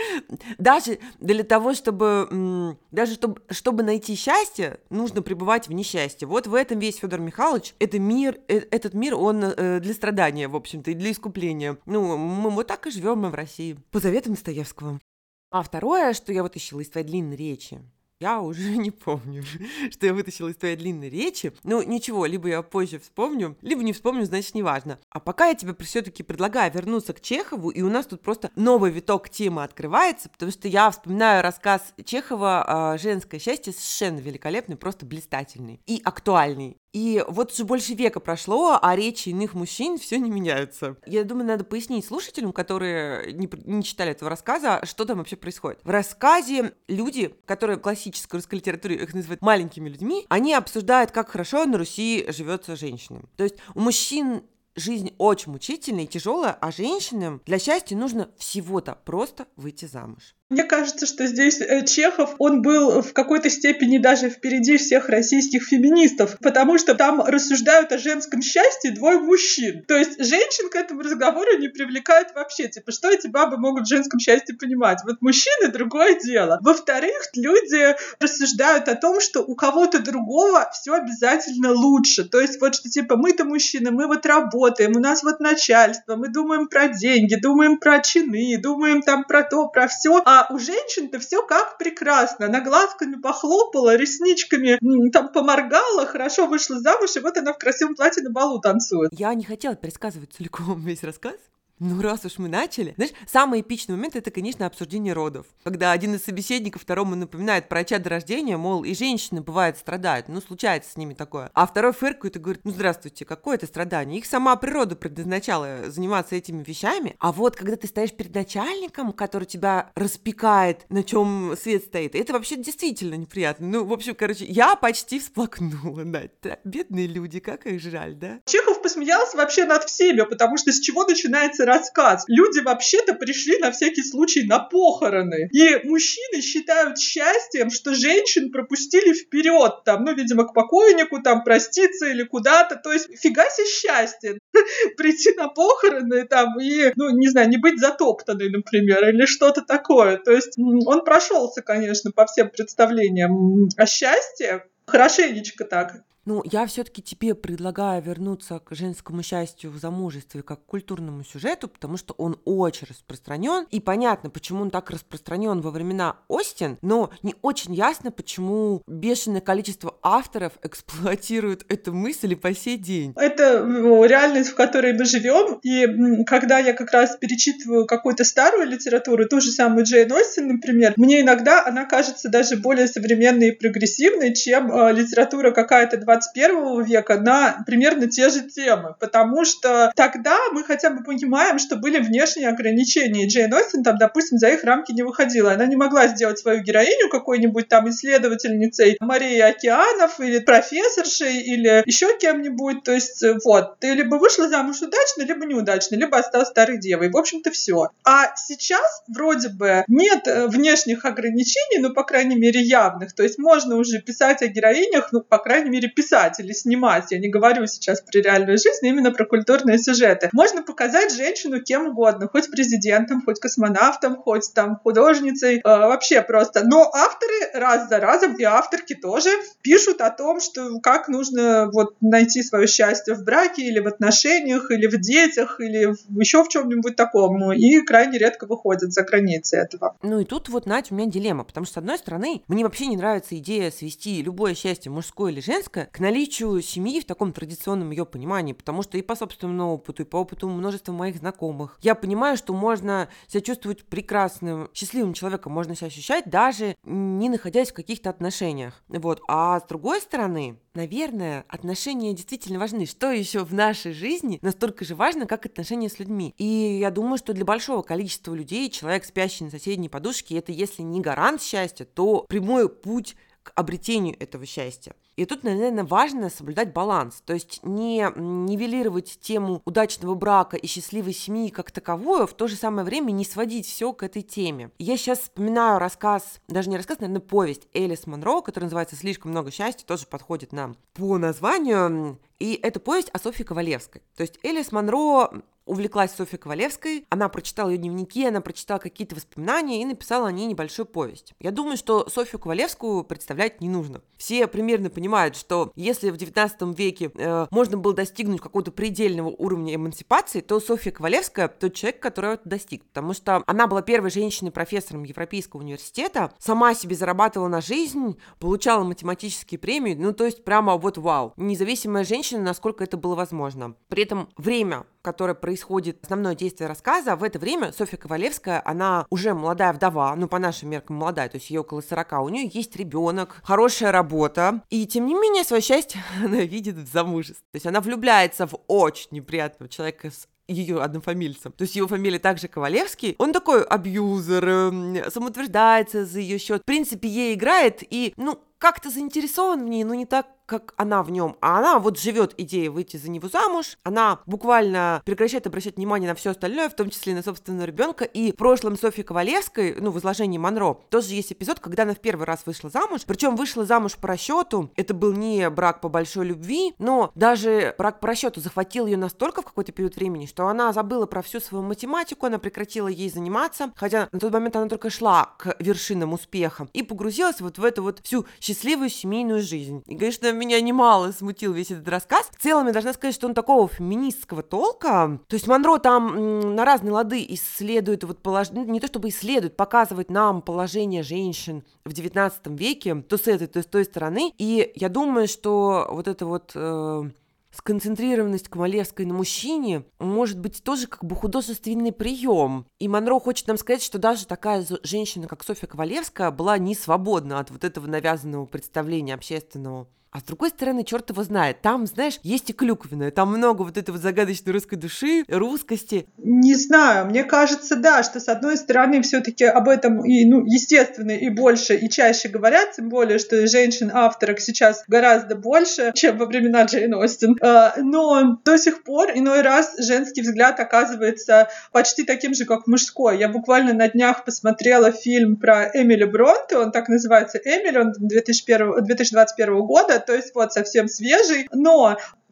даже для того, чтобы даже чтобы, чтобы найти счастье, нужно пребывать в несчастье. Вот в этом весь Федор Михайлович. Это мир, этот мир, он для страдания, в общем-то, и для искупления. Ну, мы вот так и живем мы в России. По заветам Достоевского. А второе, что я вытащила из твоей длинной речи, я уже не помню, что я вытащила из твоей длинной речи. Ну, ничего, либо я позже вспомню, либо не вспомню, значит, неважно. А пока я тебе все-таки предлагаю вернуться к Чехову, и у нас тут просто новый виток темы открывается, потому что я вспоминаю рассказ Чехова «Женское счастье», совершенно великолепный, просто блистательный и актуальный. И вот уже больше века прошло, а речи иных мужчин все не меняются. Я думаю, надо пояснить слушателям, которые не, не читали этого рассказа, что там вообще происходит. В рассказе люди, которые в классической русской литературе их называют маленькими людьми, они обсуждают, как хорошо на Руси живется женщинам. То есть у мужчин жизнь очень мучительная и тяжелая, а женщинам для счастья нужно всего-то просто выйти замуж. Мне кажется, что здесь Чехов, он был в какой-то степени даже впереди всех российских феминистов, потому что там рассуждают о женском счастье двое мужчин. То есть женщин к этому разговору не привлекают вообще. Типа, что эти бабы могут в женском счастье понимать? Вот мужчины — другое дело. Во-вторых, люди рассуждают о том, что у кого-то другого все обязательно лучше. То есть вот что типа мы-то мужчины, мы вот работаем, у нас вот начальство, мы думаем про деньги, думаем про чины, думаем там про то, про все, а у женщин-то все как прекрасно. Она глазками похлопала, ресничками там поморгала, хорошо вышла замуж, и вот она в красивом платье на балу танцует. Я не хотела пересказывать целиком весь рассказ. Ну, раз уж мы начали. Знаешь, самый эпичный момент — это, конечно, обсуждение родов. Когда один из собеседников второму напоминает про чадорождение, мол, и женщины, бывает, страдают. Ну, случается с ними такое. А второй фыркает и говорит: ну, здравствуйте, какое это страдание? Их сама природа предназначала заниматься этими вещами. А вот когда ты стоишь перед начальником, который тебя распекает, на чем свет стоит, это вообще действительно неприятно. Ну, в общем, короче, я почти всплакнула, Надь. Бедные люди, как их жаль, да? Чехов посмеялся вообще над всеми, потому что с чего начинается рассказ? Люди вообще-то пришли на всякий случай на похороны. И мужчины считают счастьем, что женщин пропустили вперед, там, ну, видимо, к покойнику, там, проститься или куда-то. То есть фига себе счастье. Прийти на похороны, там, и, ну, не знаю, не быть затоптанной, например, или что-то такое. То есть он прошелся, конечно, по всем представлениям о счастье. Хорошенечко так. Ну, я все-таки тебе предлагаю вернуться к женскому счастью в замужестве как к культурному сюжету, потому что он очень распространен, и понятно, почему он так распространен во времена Остин, но не очень ясно, почему бешеное количество авторов эксплуатируют эту мысль и по сей день. Это ну, реальность, в которой мы живем, и когда я как раз перечитываю какую-то старую литературу, ту же самую Джейн Остин, например, мне иногда она кажется даже более современной и прогрессивной, чем э, литература какая-то двадцать первого века на примерно те же темы, потому что тогда мы хотя бы понимаем, что были внешние ограничения. И Джейн Остин там, допустим, за их рамки не выходила. Она не могла сделать свою героиню какой-нибудь там исследовательницей Марии океанов или профессоршей или еще кем-нибудь. То есть вот, ты либо вышла замуж удачно, либо неудачно, либо осталась старой девой. В общем-то, все. А сейчас вроде бы нет внешних ограничений, ну, по крайней мере, явных. То есть можно уже писать о героинях, ну, по крайней мере, писать или снимать. Я не говорю сейчас про реальную жизнь, а именно про культурные сюжеты. Можно показать женщину кем угодно, хоть президентом, хоть космонавтом, хоть там художницей, э, вообще просто. Но авторы раз за разом, и авторки тоже пишут о том, что как нужно вот найти свое счастье в браке или в отношениях, или в детях, или в, еще в чем-нибудь таком. И крайне редко выходят за границы этого. Ну и тут вот, Надь, у меня дилемма, потому что, с одной стороны, мне вообще не нравится идея свести любое счастье, мужское или женское, к наличию семьи в таком традиционном ее понимании, потому что и по собственному опыту, и по опыту множества моих знакомых, я понимаю, что можно себя чувствовать прекрасным, счастливым человеком, можно себя ощущать, даже не находясь в каких-то отношениях. Вот. А с другой стороны, наверное, отношения действительно важны. Что еще в нашей жизни настолько же важно, как отношения с людьми? И я думаю, что для большого количества людей человек, спящий на соседней подушке, это если не гарант счастья, то прямой путь к обретению этого счастья. И тут, наверное, важно соблюдать баланс, то есть не нивелировать тему удачного брака и счастливой семьи как таковую, в то же самое время не сводить все к этой теме. Я сейчас вспоминаю рассказ, даже не рассказ, наверное, повесть Элис Монро, который называется «Слишком много счастья», тоже подходит нам по названию, и это повесть о Софье Ковалевской. То есть Элис Монро увлеклась Софьей Ковалевской, она прочитала ее дневники, она прочитала какие-то воспоминания и написала о ней небольшую повесть. Я думаю, что Софью Ковалевскую представлять не нужно. Все примерно понимают, что если в девятнадцатом веке э, можно было достигнуть какого-то предельного уровня эмансипации, то Софья Ковалевская тот человек, который это достиг, потому что она была первой женщиной-профессором Европейского университета, сама себе зарабатывала на жизнь, получала математические премии, ну то есть прямо вот вау, независимая женщина, насколько это было возможно. При этом время, которое происходит основное действие рассказа, в это время Софья Ковалевская, она уже молодая вдова, ну, по нашим меркам молодая, то есть ей около сорока, у нее есть ребенок, хорошая работа, и тем не менее свое счастье она видит в замужестве. То есть она влюбляется в очень неприятного человека с ее однофамильцем. То есть его фамилия также Ковалевский. Он такой абьюзер, самоутверждается за ее счет. В принципе, ей играет и, ну, как-то заинтересован в ней, но не так, как она в нем. А она вот живет идеей выйти за него замуж. Она буквально прекращает обращать внимание на все остальное, в том числе и на собственного ребенка. И в прошлом Софьи Ковалевской, ну, в изложении Монро, тоже есть эпизод, когда она в первый раз вышла замуж. Причем вышла замуж по расчету. Это был не брак по большой любви, но даже брак по расчету захватил ее настолько в какой-то период времени, что она забыла про всю свою математику, она прекратила ей заниматься, хотя на тот момент она только шла к вершинам успеха и погрузилась вот в эту вот всю счастливую семейную жизнь. И, конечно, меня немало смутил весь этот рассказ. В целом, я должна сказать, что он такого феминистского толка. То есть Монро там м, на разные лады исследует, вот полож... ну, не то чтобы исследует, показывает нам положение женщин в девятнадцатом веке, то с этой, то с той стороны. И я думаю, что вот это вот... Э... сконцентрированность Ковалевской на мужчине может быть тоже как бы художественный прием. И Монро хочет нам сказать, что даже такая женщина, как Софья Ковалевская, была не свободна от вот этого навязанного представления общественного. А с другой стороны, черт его знает, там, знаешь, есть и клюквенное, там много вот этой вот загадочной русской души, русскости. Не знаю, мне кажется, да, что с одной стороны все-таки об этом и, ну, естественно, и больше, и чаще говорят, тем более, что женщин-авторок сейчас гораздо больше, чем во времена Джейн Остин. Но до сих пор иной раз женский взгляд оказывается почти таким же, как мужской. Я буквально на днях посмотрела фильм про Эмили Бронте, он так называется «Эмили», он две тысячи двадцать первого года, то есть вот совсем свежий, но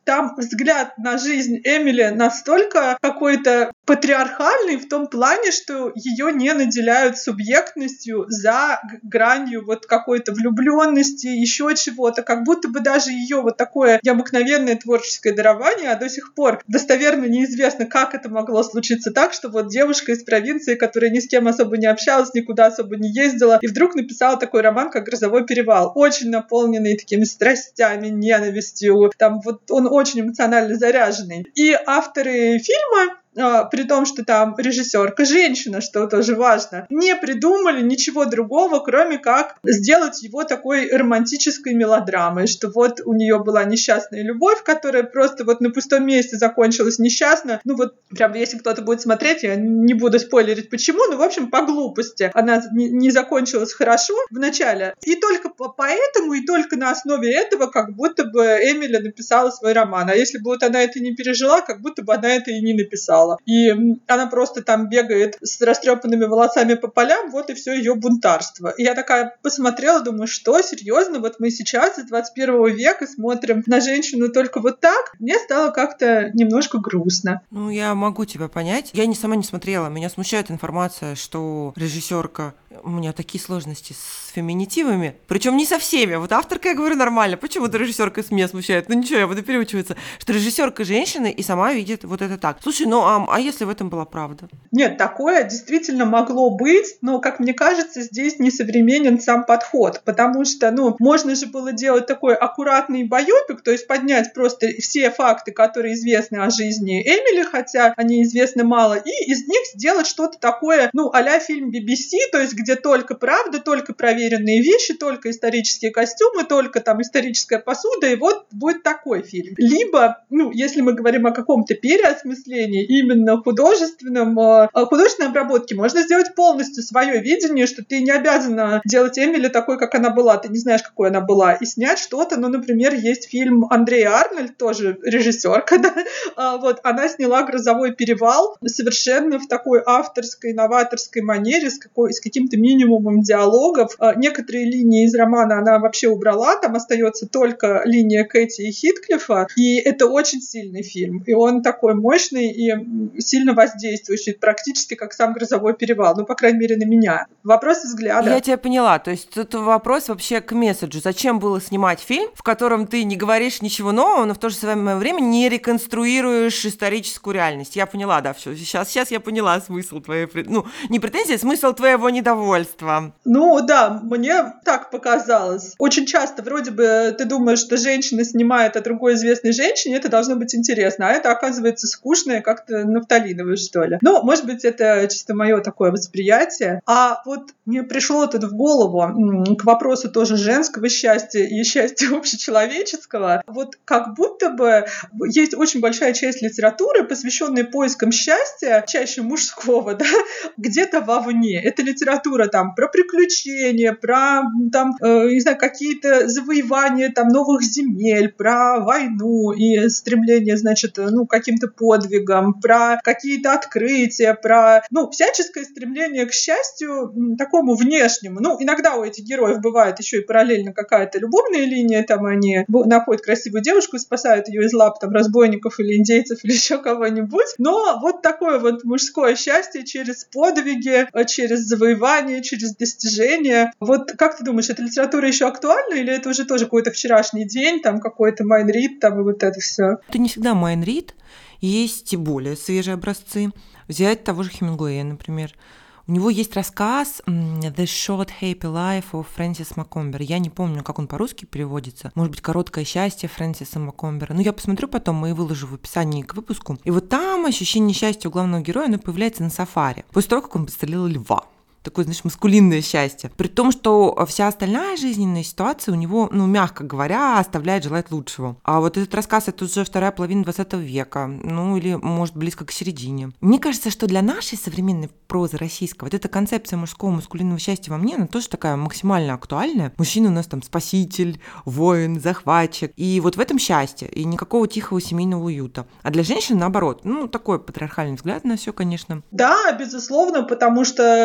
там взгляд на жизнь Эмили настолько какой-то патриархальный в том плане, что ее не наделяют субъектностью за гранью вот какой-то влюбленности, еще чего-то, как будто бы даже ее вот такое необыкновенное творческое дарование, а до сих пор достоверно неизвестно, как это могло случиться так, что вот девушка из провинции, которая ни с кем особо не общалась, никуда особо не ездила, и вдруг написала такой роман, как «Грозовой перевал», очень наполненный такими страстями, ненавистью, там вот он очень эмоционально заряженный. И авторы фильма, при том, что там режиссерка женщина, что тоже важно, не придумали ничего другого, кроме как сделать его такой романтической мелодрамой, что вот у нее была несчастная любовь, которая просто вот на пустом месте закончилась несчастно. Ну вот прям если кто-то будет смотреть, я не буду спойлерить почему, но в общем по глупости она не закончилась хорошо в начале. И только поэтому, и только на основе этого как будто бы Эмили написала свой роман. А если бы вот она это не пережила, как будто бы она это и не написала. И она просто там бегает с растрепанными волосами по полям, вот и все ее бунтарство. И я такая посмотрела, думаю, что, серьезно, вот мы сейчас из двадцать первого века смотрим на женщину только вот так? Мне стало как-то немножко грустно. Ну, я могу тебя понять. Я не сама не смотрела. Меня смущает информация, что режиссерка... У меня такие сложности с феминитивами. Причем не со всеми. Вот авторка, я говорю, нормально. Почему-то режиссерка меня смущает. Ну ничего, я буду переучиваться. Что режиссерка женщина и сама видит вот это так. Слушай, ну а, а если в этом была правда? Нет, такое действительно могло быть, но, как мне кажется, здесь несовременен сам подход. Потому что, ну, можно же было делать такой аккуратный байопик, то есть поднять просто все факты, которые известны о жизни Эмили, хотя они известны мало, и из них сделать что-то такое, ну, а-ля фильм би би си, то есть где только правда, только проверенные вещи, только исторические костюмы, только там историческая посуда, и вот будет такой фильм. Либо, ну, если мы говорим о каком-то переосмыслении, именно художественном, художественной обработке, можно сделать полностью свое видение, что ты не обязана делать Эмили такой, как она была, ты не знаешь, какой она была, и снять что-то, ну, например, есть фильм Андрея Арнольд, тоже режиссерка, да, вот, она сняла «Грозовой перевал» совершенно в такой авторской, новаторской манере, с, какой, с каким-то минимумом диалогов. Некоторые линии из романа она вообще убрала, там остается только линия Кэти и Хитклифа, и это очень сильный фильм, и он такой мощный и сильно воздействующий, практически как сам «Грозовой перевал», ну, по крайней мере, на меня. Вопрос взгляда. Я тебя поняла, то есть тут вопрос вообще к месседжу. Зачем было снимать фильм, в котором ты не говоришь ничего нового, но в то же самое время не реконструируешь историческую реальность? Я поняла, да, все. Сейчас, сейчас я поняла смысл твоей, ну, не претензии, а смысл твоего недовольства. Ну, да, мне так показалось. Очень часто вроде бы ты думаешь, что женщина снимает о другой известной женщине, это должно быть интересно, а это оказывается скучное, как-то нафталиновое, что ли. Ну, может быть, это чисто мое такое восприятие. А вот мне пришло тут в голову к вопросу тоже женского счастья и счастья общечеловеческого. Вот как будто бы есть очень большая часть литературы, посвященная поискам счастья, чаще мужского, да, где-то вовне. Это литература там про приключения, про там, э, не знаю, какие-то завоевания там новых земель, про войну и стремление, значит, ну, к каким-то подвигам, про какие-то открытия, про, ну, всяческое стремление к счастью такому внешнему. Ну, иногда у этих героев бывает еще и параллельно какая-то любовная линия, там они находят красивую девушку и спасают ее из лап там разбойников или индейцев или еще кого-нибудь. Но вот такое вот мужское счастье через подвиги, через завоевание, через достижения. Вот как ты думаешь, эта литература еще актуальна или это уже тоже какой-то вчерашний день, там какой-то Майн Рид, там и вот это все? Это не всегда Майн Рид, есть и более свежие образцы. Взять того же Хемингуэя, например. У него есть рассказ «The Short Happy Life of Фрэнсис Маккомбер». Я не помню, как он по-русски переводится. Может быть, «Короткое счастье» Фрэнсиса Маккомбера. Но я посмотрю потом и выложу в описании к выпуску. И вот там ощущение счастья у главного героя, оно появляется на сафари. После того, как он подстрелил льва. Такое, знаешь, маскулинное счастье. При том, что вся остальная жизненная ситуация у него, ну, мягко говоря, оставляет желать лучшего. А вот этот рассказ — это уже вторая половина двадцатого века, ну, или, может, близко к середине. Мне кажется, что для нашей современной прозы российской вот эта концепция мужского маскулинного счастья во мне, она тоже такая максимально актуальная. Мужчина у нас там спаситель, воин, захватчик. И вот в этом счастье. И никакого тихого семейного уюта. А для женщин, наоборот, ну, такой патриархальный взгляд на все, конечно. Да, безусловно, потому что литература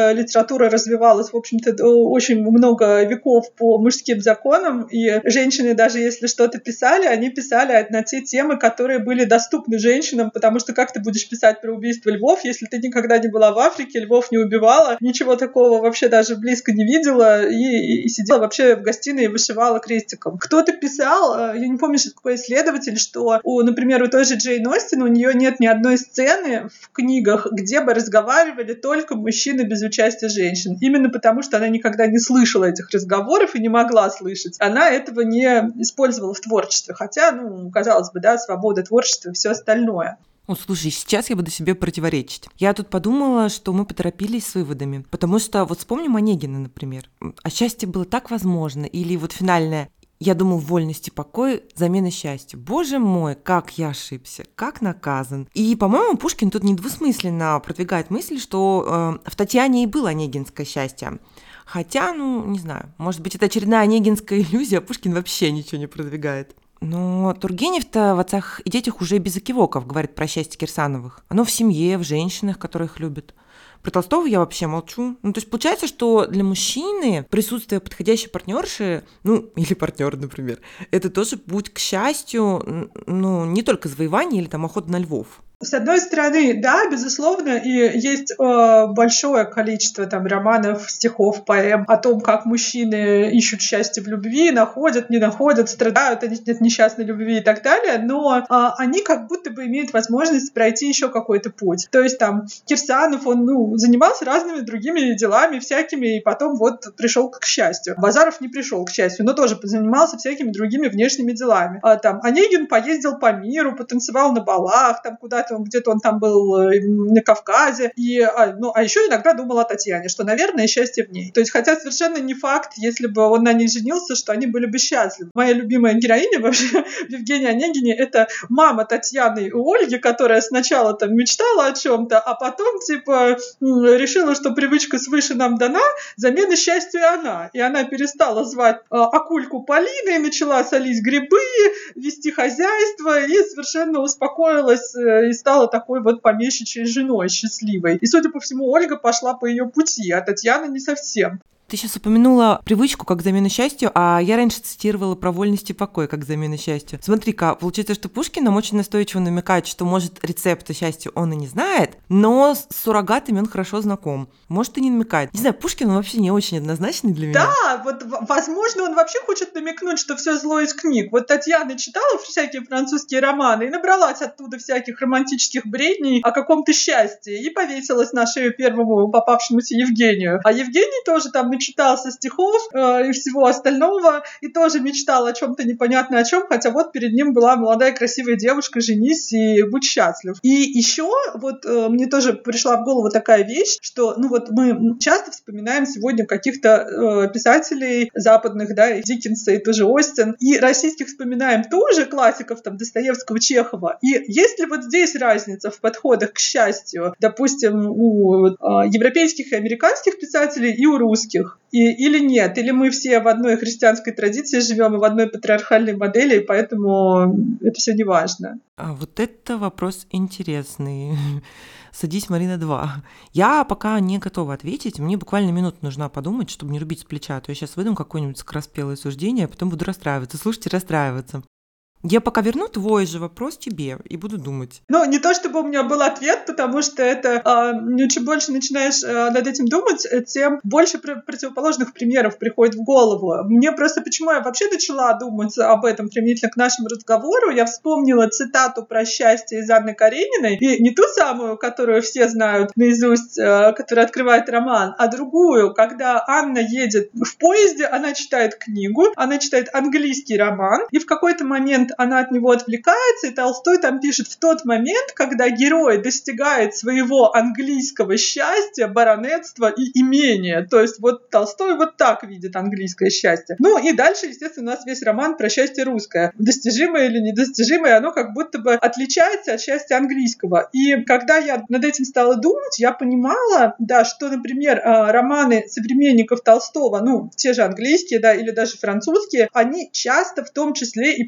литература развивалась, в общем-то, очень много веков по мужским законам, и женщины, даже если что-то писали, они писали на те темы, которые были доступны женщинам, потому что как ты будешь писать про убийство львов, если ты никогда не была в Африке, львов не убивала, ничего такого вообще даже близко не видела, и, и, и сидела вообще в гостиной и вышивала крестиком. Кто-то писал, я не помню, что какой исследователь, что, у, например, у той же Джейн Остин, у нее нет ни одной сцены в книгах, где бы разговаривали только мужчины без участия женщин. Именно потому, что она никогда не слышала этих разговоров и не могла слышать. Она этого не использовала в творчестве. Хотя, ну, казалось бы, да, свобода творчества и все остальное. Ну, слушай, сейчас я буду себе противоречить. Я тут подумала, что мы поторопились с выводами. Потому что вот вспомним Онегина, например. А счастье было так возможно. Или вот финальное «Я думал, вольность и покой – замена счастью». Боже мой, как я ошибся, как наказан. И, по-моему, Пушкин тут недвусмысленно продвигает мысль, что э, в Татьяне и было онегинское счастье. Хотя, ну, не знаю, может быть, это очередная онегинская иллюзия, а Пушкин вообще ничего не продвигает. Но Тургенев-то в «Отцах и детях» уже без экивоков говорит про счастье Кирсановых. Оно в семье, в женщинах, которых любят. Про Толстого я вообще молчу. Ну, то есть получается, что для мужчины присутствие подходящей партнерши, ну, или партнера, например, это тоже путь к счастью, ну, не только завоевание или там охота на львов. С одной стороны, да, безусловно, и есть э, большое количество там романов, стихов, поэм о том, как мужчины ищут счастье в любви, находят, не находят, страдают от несчастной любви и так далее, но э, они как будто бы имеют возможность пройти еще какой-то путь. То есть там Кирсанов, он ну, занимался разными другими делами всякими, и потом вот пришел к счастью. Базаров не пришел к счастью, но тоже занимался всякими другими внешними делами. А, там Онегин поездил по миру, потанцевал на балах, там куда-то где-то он там был на Кавказе, и, а, ну, а еще иногда думал о Татьяне, что, наверное, счастье в ней. То есть, хотя совершенно не факт, если бы он на ней женился, что они были бы счастливы. Моя любимая героиня вообще в Евгении Онегине — это мама Татьяны и Ольги, которая сначала там мечтала о чем-то, а потом, типа, решила, что привычка свыше нам дана, замена счастью и она. И она перестала звать а, Акульку Полиной, начала солить грибы, вести хозяйство, и совершенно успокоилась и стала такой вот помещичьей женой счастливой. И, судя по всему, Ольга пошла по ее пути, а Татьяна не совсем. Ты сейчас упомянула привычку как замену счастью, а я раньше цитировала про вольность и покой как замену счастью. Смотри-ка, получается, что Пушкин нам очень настойчиво намекает, что, может, рецепта счастья он и не знает, но с суррогатами он хорошо знаком. Может, и не намекает. Не знаю, Пушкин он вообще не очень однозначный для меня. Да, вот, возможно, он вообще хочет намекнуть, что все зло из книг. Вот Татьяна читала всякие французские романы и набралась оттуда всяких романтических бредней о каком-то счастье и повесилась на шею первому попавшемуся Евгению. А Евгений тоже там начитался стихов э, и всего остального, и тоже мечтал о чем-то непонятно о чем, хотя вот перед ним была молодая красивая девушка, женись и будь счастлив. И еще вот э, мне тоже пришла в голову такая вещь, что ну вот мы часто вспоминаем сегодня каких-то э, писателей западных, да, и Диккенса, и тоже Остин, и российских вспоминаем тоже, классиков там Достоевского, Чехова. И есть ли вот здесь разница в подходах к счастью, допустим, у э, европейских и американских писателей и у русских? И, или нет, или мы все в одной христианской традиции живем и в одной патриархальной модели, и поэтому это все не важно. А вот это вопрос интересный. Садись, Марина, два. Я пока не готова ответить. Мне буквально минуту нужна подумать, чтобы не рубить с плеча. А то я сейчас выдам какое-нибудь скороспелое суждение, а потом буду расстраиваться. Слушайте, расстраиваться. Я пока верну твой же вопрос тебе и буду думать. Ну, не то чтобы у меня был ответ, потому что это э, чем больше начинаешь э, над этим думать, тем больше пр- противоположных примеров приходит в голову. Мне просто, почему я вообще начала думать об этом применительно к нашему разговору, я вспомнила цитату про счастье из Анны Карениной, и не ту самую, которую все знают наизусть, э, которая открывает роман, а другую, когда Анна едет в поезде, она читает книгу, она читает английский роман, и в какой-то момент она от него отвлекается, и Толстой там пишет: в тот момент, когда герой достигает своего английского счастья, баронетства и имения. То есть вот Толстой вот так видит английское счастье. Ну и дальше, естественно, у нас весь роман про счастье русское. Достижимое или недостижимое, оно как будто бы отличается от счастья английского. И когда я над этим стала думать, я понимала, да, что, например, романы современников Толстого, ну, те же английские, да, или даже французские, они часто в том числе и про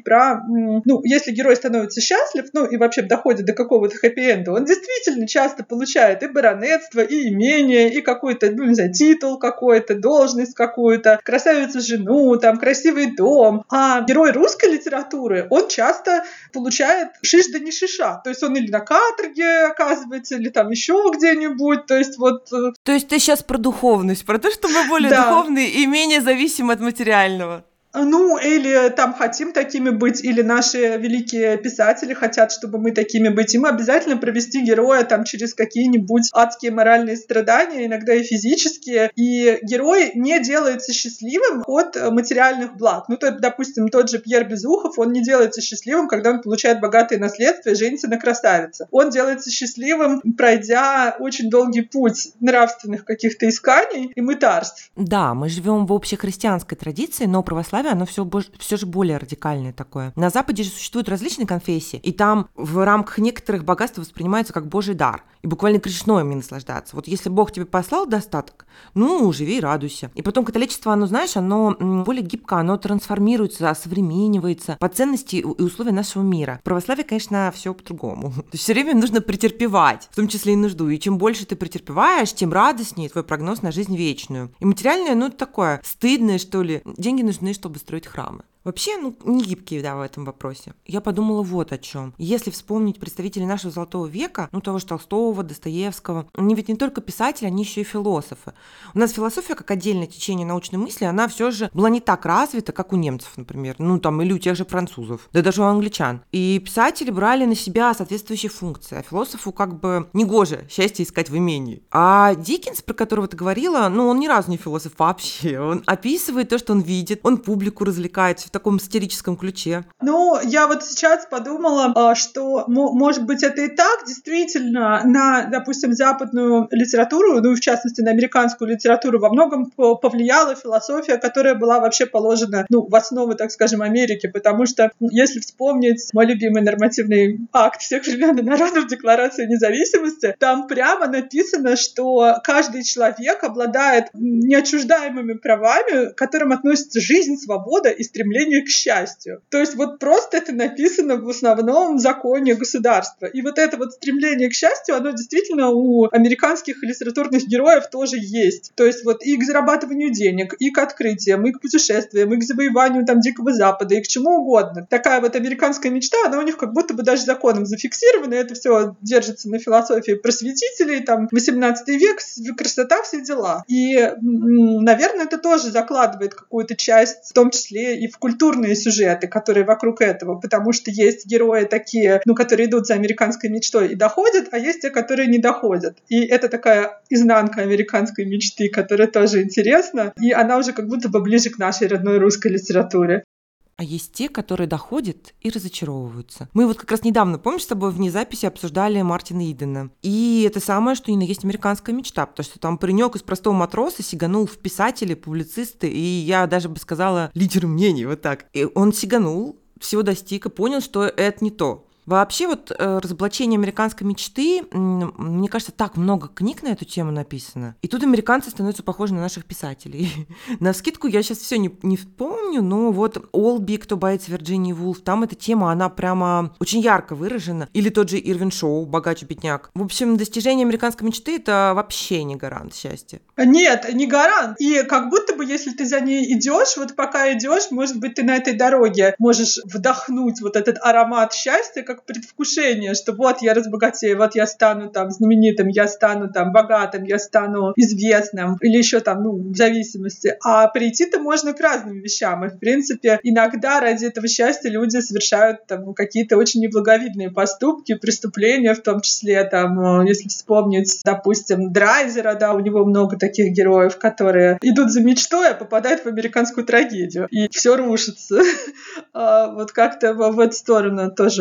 ну, если герой становится счастлив, ну, и вообще доходит до какого-то хэппи-энда, он действительно часто получает и баронетство, и имение, и какой-то, ну, не знаю, титул какой-то, должность какую-то, красавицу жену, там, красивый дом. А герой русской литературы, он часто получает шиш да не шиша. То есть он или на каторге оказывается, или там еще где-нибудь. То есть вот... То есть ты сейчас про духовность, про то, что мы более да. духовные и менее зависимы от материального. Ну, или там хотим такими быть, или наши великие писатели хотят, чтобы мы такими быть. И мы обязательно провести героя там через какие-нибудь адские моральные страдания, иногда и физические. И герой не делается счастливым от материальных благ. Ну, то, допустим, тот же Пьер Безухов, он не делается счастливым, когда он получает богатые наследства и женится на красавице. Он делается счастливым, пройдя очень долгий путь нравственных каких-то исканий и мытарств. Да, мы живем в общехристианской традиции, но православие оно все, все же более радикальное такое. На Западе же существуют различные конфессии, и там в рамках некоторых богатств воспринимается как божий дар, и буквально грешно ими наслаждаться. Вот если Бог тебе послал достаток, ну, живи и радуйся. И потом католичество, оно, знаешь, оно более гибко, оно трансформируется, осовременивается по ценности и условия нашего мира. В православии, конечно, все по-другому. То есть все время нужно претерпевать, в том числе и нужду. И чем больше ты претерпеваешь, тем радостнее твой прогноз на жизнь вечную. И материальное, ну, такое стыдное, что ли. Деньги нужны, чтобы строить храмы. Вообще, ну, не гибкие, да, в этом вопросе. Я подумала вот о чем. Если вспомнить представителей нашего Золотого века, ну, того же Толстого, Достоевского, они ведь не только писатели, они еще и философы. У нас философия, как отдельное течение научной мысли, она все же была не так развита, как у немцев, например, ну, там, или у тех же французов, да даже у англичан. И писатели брали на себя соответствующие функции, а философу как бы негоже счастье искать в имении. А Диккенс, про которого ты говорила, ну, он ни разу не философ вообще. Он описывает то, что он видит, он публику развлекает в таком сатирическом ключе. Ну, я вот сейчас подумала, что, может быть, это и так, действительно, на, допустим, западную литературу, ну, в частности, на американскую литературу во многом повлияла философия, которая была вообще положена, ну, в основу, так скажем, Америки, потому что, если вспомнить мой любимый нормативный акт всех времен и народов, Декларация независимости, там прямо написано, что каждый человек обладает неотчуждаемыми правами, к которым относятся жизнь, свобода и стремление к счастью. То есть вот просто это написано в основном законе государства. И вот это вот стремление к счастью, оно действительно у американских литературных героев тоже есть. То есть вот и к зарабатыванию денег, и к открытиям, и к путешествиям, и к завоеванию там Дикого Запада, и к чему угодно. Такая вот американская мечта, она у них как будто бы даже законом зафиксирована, и это все держится на философии просветителей, там, восемнадцатый век, красота, все дела. И, наверное, это тоже закладывает какую-то часть, в том числе и в культурные сюжеты, которые вокруг этого, потому что есть герои такие, ну, которые идут за американской мечтой и доходят, а есть те, которые не доходят. И это такая изнанка американской мечты, которая тоже интересна, и она уже как будто бы ближе к нашей родной русской литературе. А есть те, которые доходят и разочаровываются. Мы вот как раз недавно, помнишь, с тобой вне записи обсуждали Мартина Идена. И это самое, что ни на есть американская мечта, потому что там паренек из простого матроса сиганул в писатели, публицисты, и я даже бы сказала лидер мнений, вот так. И он сиганул, всего достиг и понял, что это не то. Вообще вот э, разоблачение американской мечты, м, мне кажется, так много книг на эту тему написано. И тут американцы становятся похожи на наших писателей. Навскидку я сейчас все не, не вспомню, но вот Олби, «Кто боится Вирджинии Вулф», там эта тема, она прямо очень ярко выражена. Или тот же Ирвин Шоу, «Богач и бедняк». В общем, достижение американской мечты — это вообще не гарант счастья. Нет, не гарант. И как будто бы, если ты за ней идешь, вот пока идешь, может быть, ты на этой дороге можешь вдохнуть вот этот аромат счастья, как предвкушение, что вот я разбогатею, вот я стану там знаменитым, я стану там богатым, я стану известным, или еще там, ну, в зависимости. А прийти-то можно к разным вещам. И, в принципе, иногда ради этого счастья люди совершают там какие-то очень неблаговидные поступки, преступления, в том числе, там, если вспомнить, допустим, Драйзера, да, у него много таких героев, которые идут за мечтой, а попадают в американскую трагедию. И все рушится. Вот как-то в эту сторону тоже я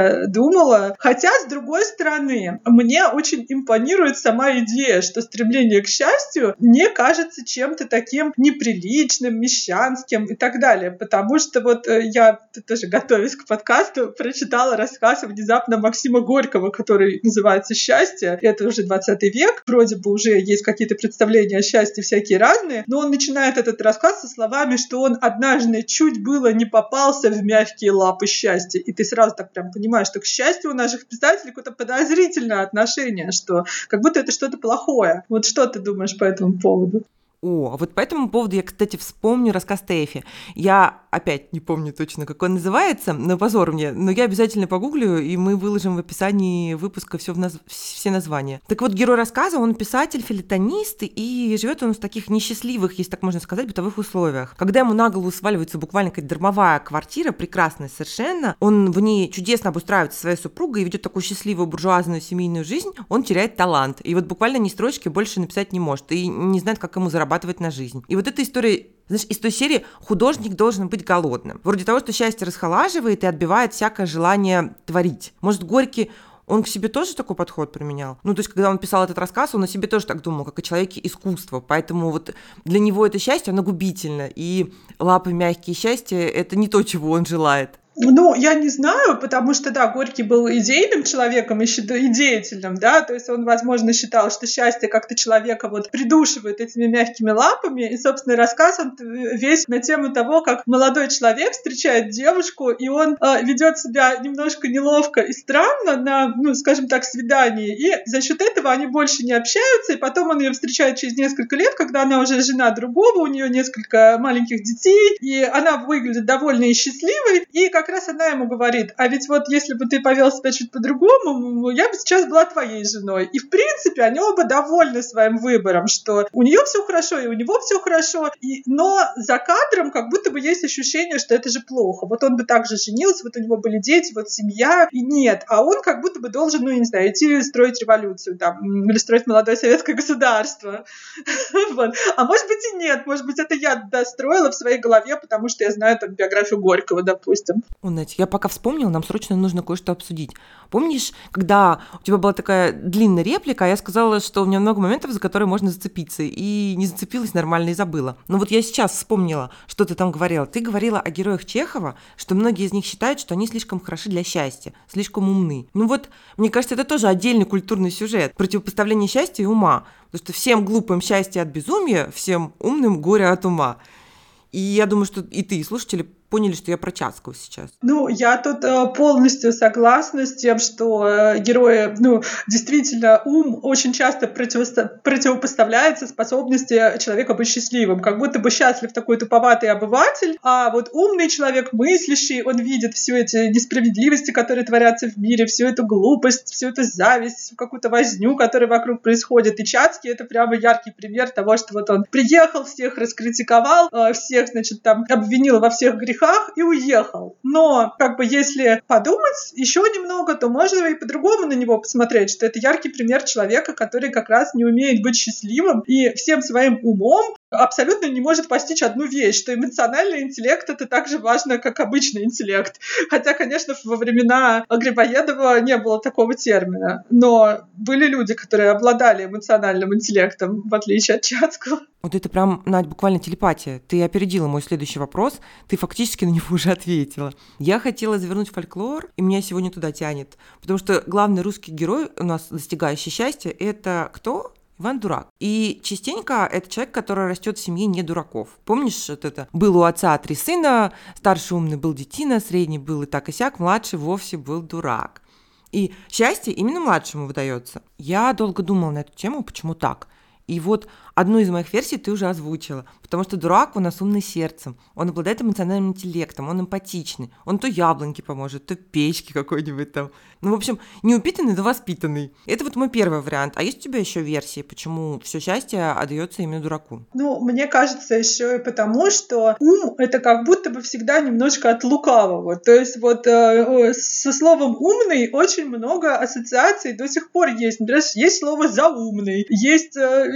я думала. Хотя, с другой стороны, мне очень импонирует сама идея, что стремление к счастью не кажется чем-то таким неприличным, мещанским и так далее. Потому что вот я тоже, готовясь к подкасту, прочитала рассказ внезапно Максима Горького, который называется «Счастье». Это уже двадцатый век. Вроде бы уже есть какие-то представления о счастье всякие разные, но он начинает этот рассказ со словами, что он однажды чуть было не попался в мягкие лапы счастья. И ты сразу так прям понимаешь, что к счастью у наших писателей какое-то подозрительное отношение, что как будто это что-то плохое. Вот что ты думаешь по этому поводу? О, вот по этому поводу я, кстати, вспомню рассказ Тэфи. Я опять не помню точно, как он называется, но позор мне, но я обязательно погуглю, и мы выложим в описании выпуска все, в наз... все названия. Так вот, герой рассказа, он писатель, филитонист, и живет он в таких несчастливых, если так можно сказать, бытовых условиях. Когда ему на голову сваливается буквально какая-то дармовая квартира, прекрасная совершенно, он в ней чудесно обустраивается со своей супругой и ведет такую счастливую буржуазную семейную жизнь, он теряет талант. И вот буквально ни строчки больше написать не может, и не знает, как ему заработать на жизнь. И вот эта история, знаешь, из той серии «Художник должен быть голодным». Вроде того, что счастье расхолаживает и отбивает всякое желание творить. Может, Горький, он к себе тоже такой подход применял? Ну, то есть, когда он писал этот рассказ, он о себе тоже так думал, как о человеке искусства. Поэтому вот для него это счастье, оно губительно. И лапы мягкие счастья – это не то, чего он желает. Ну, я не знаю, потому что, да, Горький был идейным человеком и деятельным, да, то есть он, возможно, считал, что счастье как-то человека вот придушивает этими мягкими лапами, и, собственно, рассказ он весь на тему того, как молодой человек встречает девушку, и он э, ведет себя немножко неловко и странно на, ну, скажем так, свидании, и за счет этого они больше не общаются, и потом он ее встречает через несколько лет, когда она уже жена другого, у нее несколько маленьких детей, и она выглядит довольной и счастливой, и как раз она ему говорит: а ведь вот если бы ты повел себя чуть по-другому, я бы сейчас была твоей женой. И в принципе они оба довольны своим выбором, что у нее все хорошо и у него все хорошо, и, но за кадром как будто бы есть ощущение, что это же плохо. Вот он бы также женился, вот у него были дети, вот семья, и нет. А он как будто бы должен, ну, я не знаю, идти строить революцию там, или строить молодое советское государство. Вот. А может быть и нет, может быть это я достроила в своей голове, потому что я знаю там биографию Горького, допустим. О, Надь, я пока вспомнила, нам срочно нужно кое-что обсудить. Помнишь, когда у тебя была такая длинная реплика, а я сказала, что у меня много моментов, за которые можно зацепиться, и не зацепилась нормально и забыла. Но вот я сейчас вспомнила, что ты там говорила. Ты говорила о героях Чехова, что многие из них считают, что они слишком хороши для счастья, слишком умны. Ну вот, мне кажется, это тоже отдельный культурный сюжет, противопоставление счастья и ума. Потому что всем глупым счастье от безумия, всем умным горе от ума. И я думаю, что и ты, и слушатели, поняли, что я про Чацкого сейчас. Ну, я тут э, полностью согласна с тем, что э, герои, ну, действительно, ум очень часто противосто- противопоставляется способности человека быть счастливым. Как будто бы счастлив такой туповатый обыватель, а вот умный человек, мыслящий, он видит все эти несправедливости, которые творятся в мире, всю эту глупость, всю эту зависть, всю какую-то возню, которая вокруг происходит. И Чацкий — это прямо яркий пример того, что вот он приехал, всех раскритиковал, э, всех, значит, там обвинил во всех грехах, и уехал. Но, как бы, если подумать еще немного, то можно и по-другому на него посмотреть, что это яркий пример человека, который как раз не умеет быть счастливым и всем своим умом абсолютно не может постичь одну вещь, что эмоциональный интеллект — это так же важно, как обычный интеллект. Хотя, конечно, во времена Грибоедова не было такого термина. Но были люди, которые обладали эмоциональным интеллектом, в отличие от Чацкого. Вот это прям, Надь, буквально телепатия. Ты опередила мой следующий вопрос, ты фактически на него уже ответила. Я хотела завернуть фольклор, и меня сегодня туда тянет. Потому что главный русский герой у нас, достигающий счастья, это кто? Иван Дурак. И частенько это человек, который растет в семье не дураков. Помнишь вот это? Был у отца три сына, старший умный был детина, средний был и так и сяк, младший вовсе был дурак. И счастье именно младшему выдается. Я долго думала на эту тему, почему так. И вот одну из моих версий ты уже озвучила, потому что дурак у нас умный сердцем, он обладает эмоциональным интеллектом, он эмпатичный, он то яблоньке поможет, то печке какой-нибудь там. Ну, в общем, не упитанный, но воспитанный. Это вот мой первый вариант. А есть у тебя еще версии, почему все счастье отдается именно дураку? Ну, мне кажется, еще и потому, что ум — это как будто бы всегда немножко от лукавого. То есть вот э, со словом «умный» очень много ассоциаций до сих пор есть. Например, есть слово «заумный», есть э,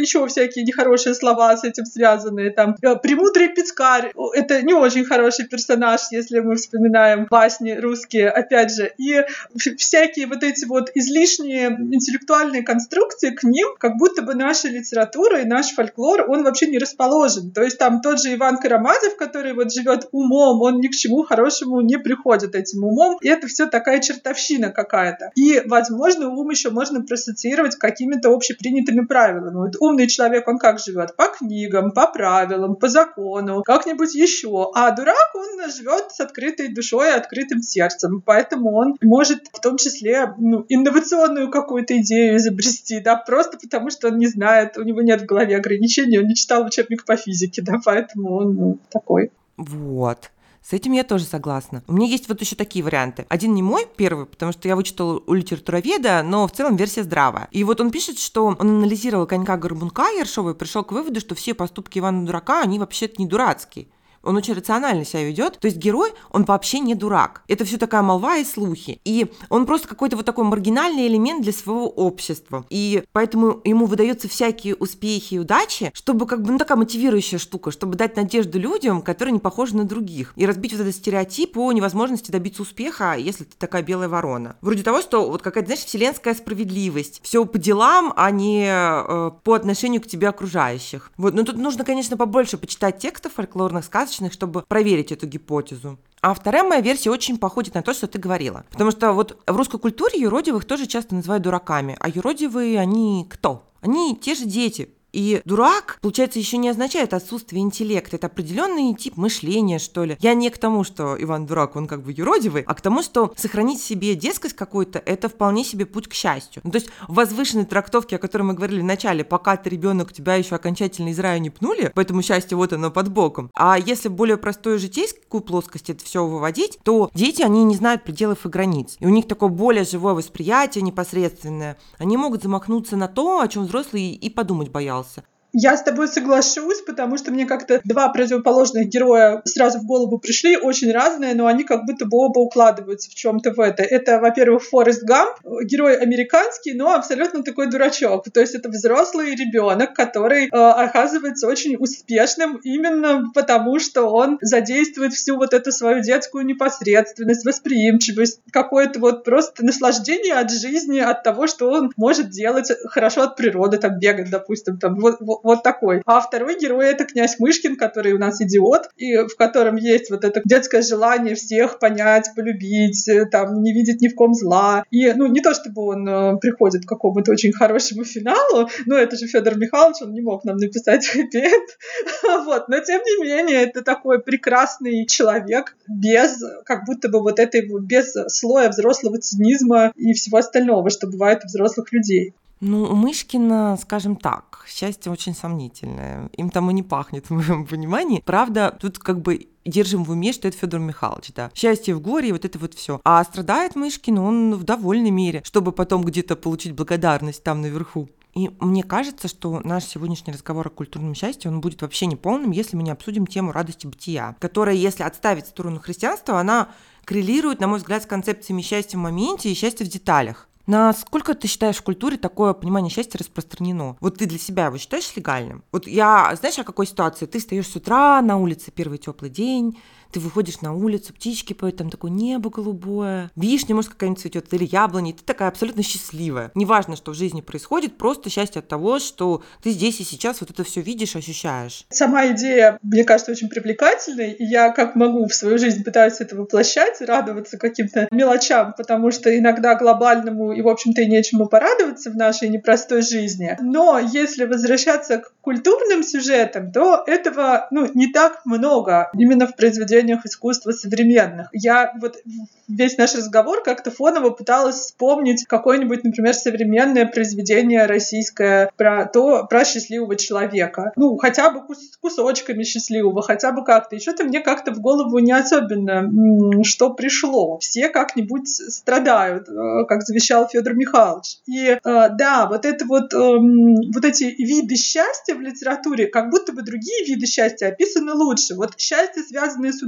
еще всякие нехорошие слова с этим связанные. Там «премудрый пицкарь» — это не очень хороший персонаж, если мы вспоминаем басни русские, опять же. И всякие вот эти вот излишние интеллектуальные конструкции, к ним как будто бы наша литература и наш фольклор, он вообще не расположен. То есть там тот же Иван Карамазов, который вот живет умом, он ни к чему хорошему не приходит этим умом. И это все такая чертовщина какая-то. И, возможно, ум еще можно проассоциировать с какими-то общепринятыми правилами. Вот умный человек, он как живет? По книгам, по правилам, по закону, как-нибудь еще. А дурак, он живет с открытой душой и открытым сердцем. Поэтому он может в том числе ну, инновационную какую-то идею изобрести, да, просто потому что он не знает, у него нет в голове ограничений, он не читал учебник по физике, да, поэтому он ну, такой. Вот. С этим я тоже согласна. У меня есть вот еще такие варианты. Один не мой первый, потому что я вычитала у литературоведа, но в целом версия здравая. И вот он пишет, что он анализировал Конька-Горбунка Ершова и пришел к выводу, что все поступки Ивана Дурака, они вообще-то не дурацкие. Он очень рационально себя ведет. То есть герой, он вообще не дурак. Это все такая молва и слухи. И он просто какой-то вот такой маргинальный элемент для своего общества. И поэтому ему выдаются всякие успехи и удачи, чтобы как бы, ну, такая мотивирующая штука, чтобы дать надежду людям, которые не похожи на других. И разбить вот этот стереотип о невозможности добиться успеха, если ты такая белая ворона. Вроде того, что вот какая-то, знаешь, вселенская справедливость. Все по делам, а не э, по отношению к тебе окружающих. Вот. Но тут нужно, конечно, побольше почитать текстов фольклорных, сказочных, чтобы проверить эту гипотезу. А вторая моя версия очень походит на то, что ты говорила. Потому что вот в русской культуре юродивых тоже часто называют дураками. А юродивые, они кто? Они те же дети. И дурак, получается, еще не означает отсутствие интеллекта. Это определенный тип мышления, что ли. Я не к тому, что Иван дурак, он как бы юродивый, а к тому, что сохранить в себе детскость какую-то, это вполне себе путь к счастью. Ну, то есть в возвышенной трактовке, о которой мы говорили в начале, пока ты ребенок, тебя еще окончательно из рая не пнули, поэтому счастье вот оно под боком. А если более простую житейскую плоскость это все выводить, то дети, они не знают пределов и границ. И у них такое более живое восприятие непосредственное. Они могут замахнуться на то, о чем взрослый и подумать боялся. Я с тобой соглашусь, потому что мне как-то два противоположных героя сразу в голову пришли, очень разные, но они как будто бы оба укладываются в чем-то в это. Это, во-первых, Форест Гамп, герой американский, но абсолютно такой дурачок. То есть это взрослый ребенок, который э, оказывается очень успешным именно потому, что он задействует всю вот эту свою детскую непосредственность, восприимчивость, какое-то вот просто наслаждение от жизни, от того, что он может делать хорошо от природы, там бегать, допустим, там вот, вот вот такой. А второй герой — это князь Мышкин, который у нас идиот, и в котором есть вот это детское желание всех понять, полюбить, там, не видеть ни в ком зла. И, ну, не то чтобы он э, приходит к какому-то очень хорошему финалу, но это же Федор Михайлович, он не мог нам написать хэппи-энд. Вот. Но, тем не менее, это такой прекрасный человек без, как будто бы вот этой, без слоя взрослого цинизма и всего остального, что бывает у взрослых людей. Ну, у Мышкина, скажем так, счастье очень сомнительное. Им там и не пахнет, в моем понимании. Правда, тут как бы держим в уме, что это Федор Михайлович, да. Счастье в горе, и вот это вот все. А страдает Мышкин, он в довольной мере, чтобы потом где-то получить благодарность там наверху. И мне кажется, что наш сегодняшний разговор о культурном счастье, он будет вообще неполным, если мы не обсудим тему радости бытия, которая, если отставить в сторону христианства, она коррелирует, на мой взгляд, с концепциями счастья в моменте и счастья в деталях. Насколько ты считаешь, в культуре такое понимание счастья распространено? Вот ты для себя его считаешь легальным? Вот я, знаешь, о какой ситуации? Ты встаешь с утра, на улице первый теплый день, ты выходишь на улицу, птички поют, там такое небо голубое, вишня, может, какая-нибудь цветет, или яблони, и ты такая абсолютно счастливая. Неважно, что в жизни происходит, просто счастье от того, что ты здесь и сейчас вот это все видишь, ощущаешь. Сама идея, мне кажется, очень привлекательной, и я как могу в свою жизнь пытаюсь это воплощать, радоваться каким-то мелочам, потому что иногда глобальному и, в общем-то, и нечему порадоваться в нашей непростой жизни. Но если возвращаться к культурным сюжетам, то этого, ну, не так много именно в произведениях искусства современных. Я вот весь наш разговор как-то фоново пыталась вспомнить какое-нибудь, например, современное произведение российское про то, про счастливого человека. Ну, хотя бы кус- кусочками счастливого, хотя бы как-то. И что-то мне как-то в голову не особенно м- что пришло. Все как-нибудь страдают, э, как завещал Федор Михайлович. И э, да, вот это вот, э, вот эти виды счастья в литературе, как будто бы другие виды счастья описаны лучше. Вот счастье, связанное с удовольствием,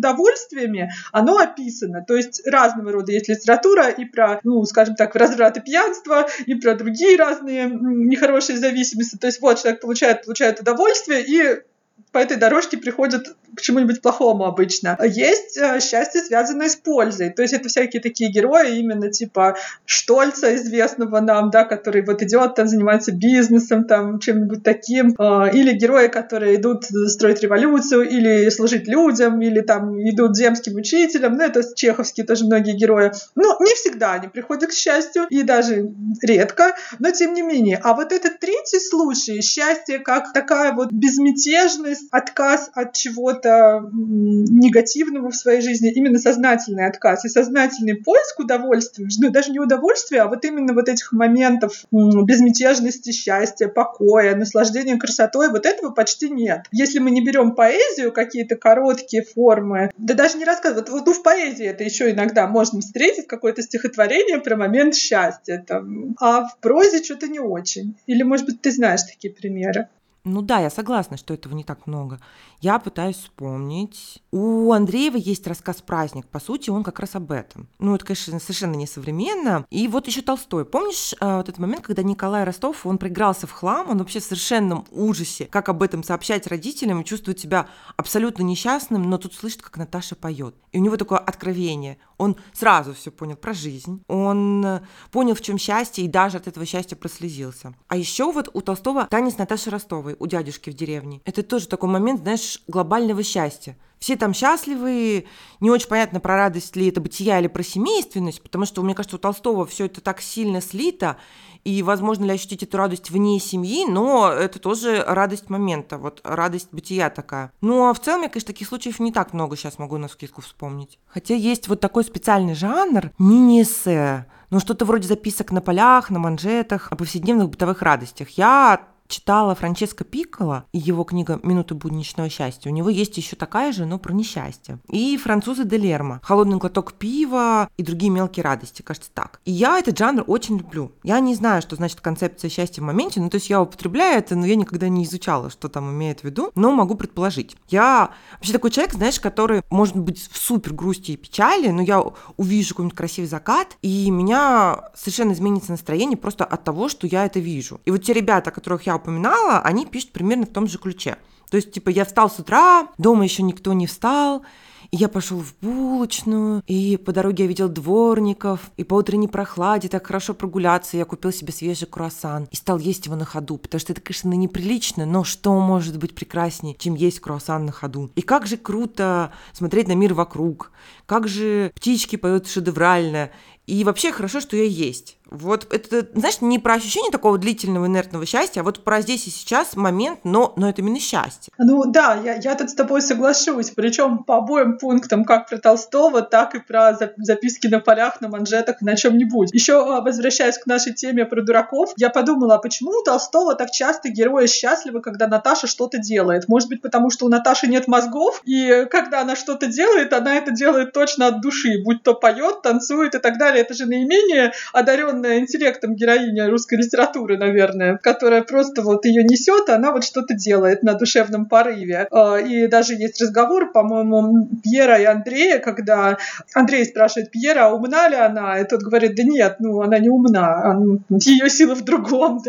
удовольствиями, оно описано. То есть разного рода есть литература и про, ну, скажем так, разврат и пьянство, и про другие разные нехорошие зависимости. То есть вот человек получает, получает удовольствие и по этой дорожке приходят к чему-нибудь плохому обычно. Есть э, счастье, связанное с пользой. То есть это всякие такие герои, именно типа Штольца, известного нам, да, который вот идет, там, занимается бизнесом, там, чем-нибудь таким. Э, или герои, которые идут строить революцию, или служить людям, или там идут земским учителем. Ну, это чеховские тоже многие герои. Ну, не всегда они приходят к счастью, и даже редко, но тем не менее. А вот этот третий случай, счастье как такая вот безмятежность, отказ от чего-то негативного в своей жизни, именно сознательный отказ и сознательный поиск удовольствия, ну, даже не удовольствия, а вот именно вот этих моментов безмятежности, счастья, покоя, наслаждения красотой, вот этого почти нет. Если мы не берем поэзию, какие-то короткие формы, да даже не рассказывать, вот, вот ну, в поэзии это еще иногда можно встретить, какое-то стихотворение про момент счастья, там, а в прозе что-то не очень. Или, может быть, ты знаешь такие примеры? Ну да, я согласна, что этого не так много. Я пытаюсь вспомнить. У Андреева есть рассказ «Праздник». По сути, он как раз об этом. Ну, это, конечно, совершенно несовременно. И вот еще Толстой. Помнишь э, вот этот момент, когда Николай Ростов, он проигрался в хлам, он вообще в совершенном ужасе, как об этом сообщать родителям, и чувствует себя абсолютно несчастным, но тут слышит, как Наташа поет. И у него такое откровение. Он сразу все понял про жизнь. Он понял, в чем счастье, и даже от этого счастья прослезился. А еще вот у Толстого танец Наташи Ростовой у дядюшки в деревне. Это тоже такой момент, знаешь, глобального счастья. Все там счастливы, не очень понятно, про радость ли это бытия или про семейственность, потому что, мне кажется, у Толстого все это так сильно слито, и возможно ли ощутить эту радость вне семьи, но это тоже радость момента, вот радость бытия такая. Ну, а в целом, я, конечно, таких случаев не так много сейчас могу навскидку вспомнить. Хотя есть вот такой специальный жанр мини-эссе, ну, что-то вроде записок на полях, на манжетах, о повседневных бытовых радостях. Я читала Франческо Пикколо и его книга «Минуты будничного счастья». У него есть еще такая же, но про несчастье. И французы де Лермо «Холодный глоток пива» и другие мелкие радости, кажется, так. И я этот жанр очень люблю. Я не знаю, что значит концепция счастья в моменте, ну, то есть я употребляю это, но я никогда не изучала, что там имеет в виду, но могу предположить. Я вообще такой человек, знаешь, который может быть в супер грусти и печали, но я увижу какой-нибудь красивый закат, и меня совершенно изменится настроение просто от того, что я это вижу. И вот те ребята, которых я упоминала, они пишут примерно в том же ключе. То есть, типа, я встал с утра, дома еще никто не встал, и я пошел в булочную, и по дороге я видел дворников, и по утренней прохладе так хорошо прогуляться, я купил себе свежий круассан и стал есть его на ходу, потому что это, конечно, неприлично, но что может быть прекраснее, чем есть круассан на ходу? И как же круто смотреть на мир вокруг, как же птички поют шедеврально, и вообще хорошо, что я есть. Вот это, знаешь, не про ощущение такого длительного инертного счастья, а вот про здесь и сейчас момент, но, но это именно счастье. Ну да, я, я тут с тобой соглашусь, причем по обоим пунктам, как про Толстого, так и про записки на полях, на манжетах, на чем-нибудь. Еще возвращаясь к нашей теме про дураков, я подумала, а почему у Толстого так часто герои счастливы, когда Наташа что-то делает? Может быть, потому что у Наташи нет мозгов, и когда она что-то делает, она это делает точно от души, будь то поет, танцует и так далее. Это же наименее одаренная интеллектом героиня русской литературы, наверное, которая просто вот ее несет, а она вот что-то делает на душевном порыве. И даже есть разговор, по-моему, Пьера и Андрея, когда Андрей спрашивает Пьера, а умна ли она? И тот говорит, да нет, ну она не умна, ее сила в другом.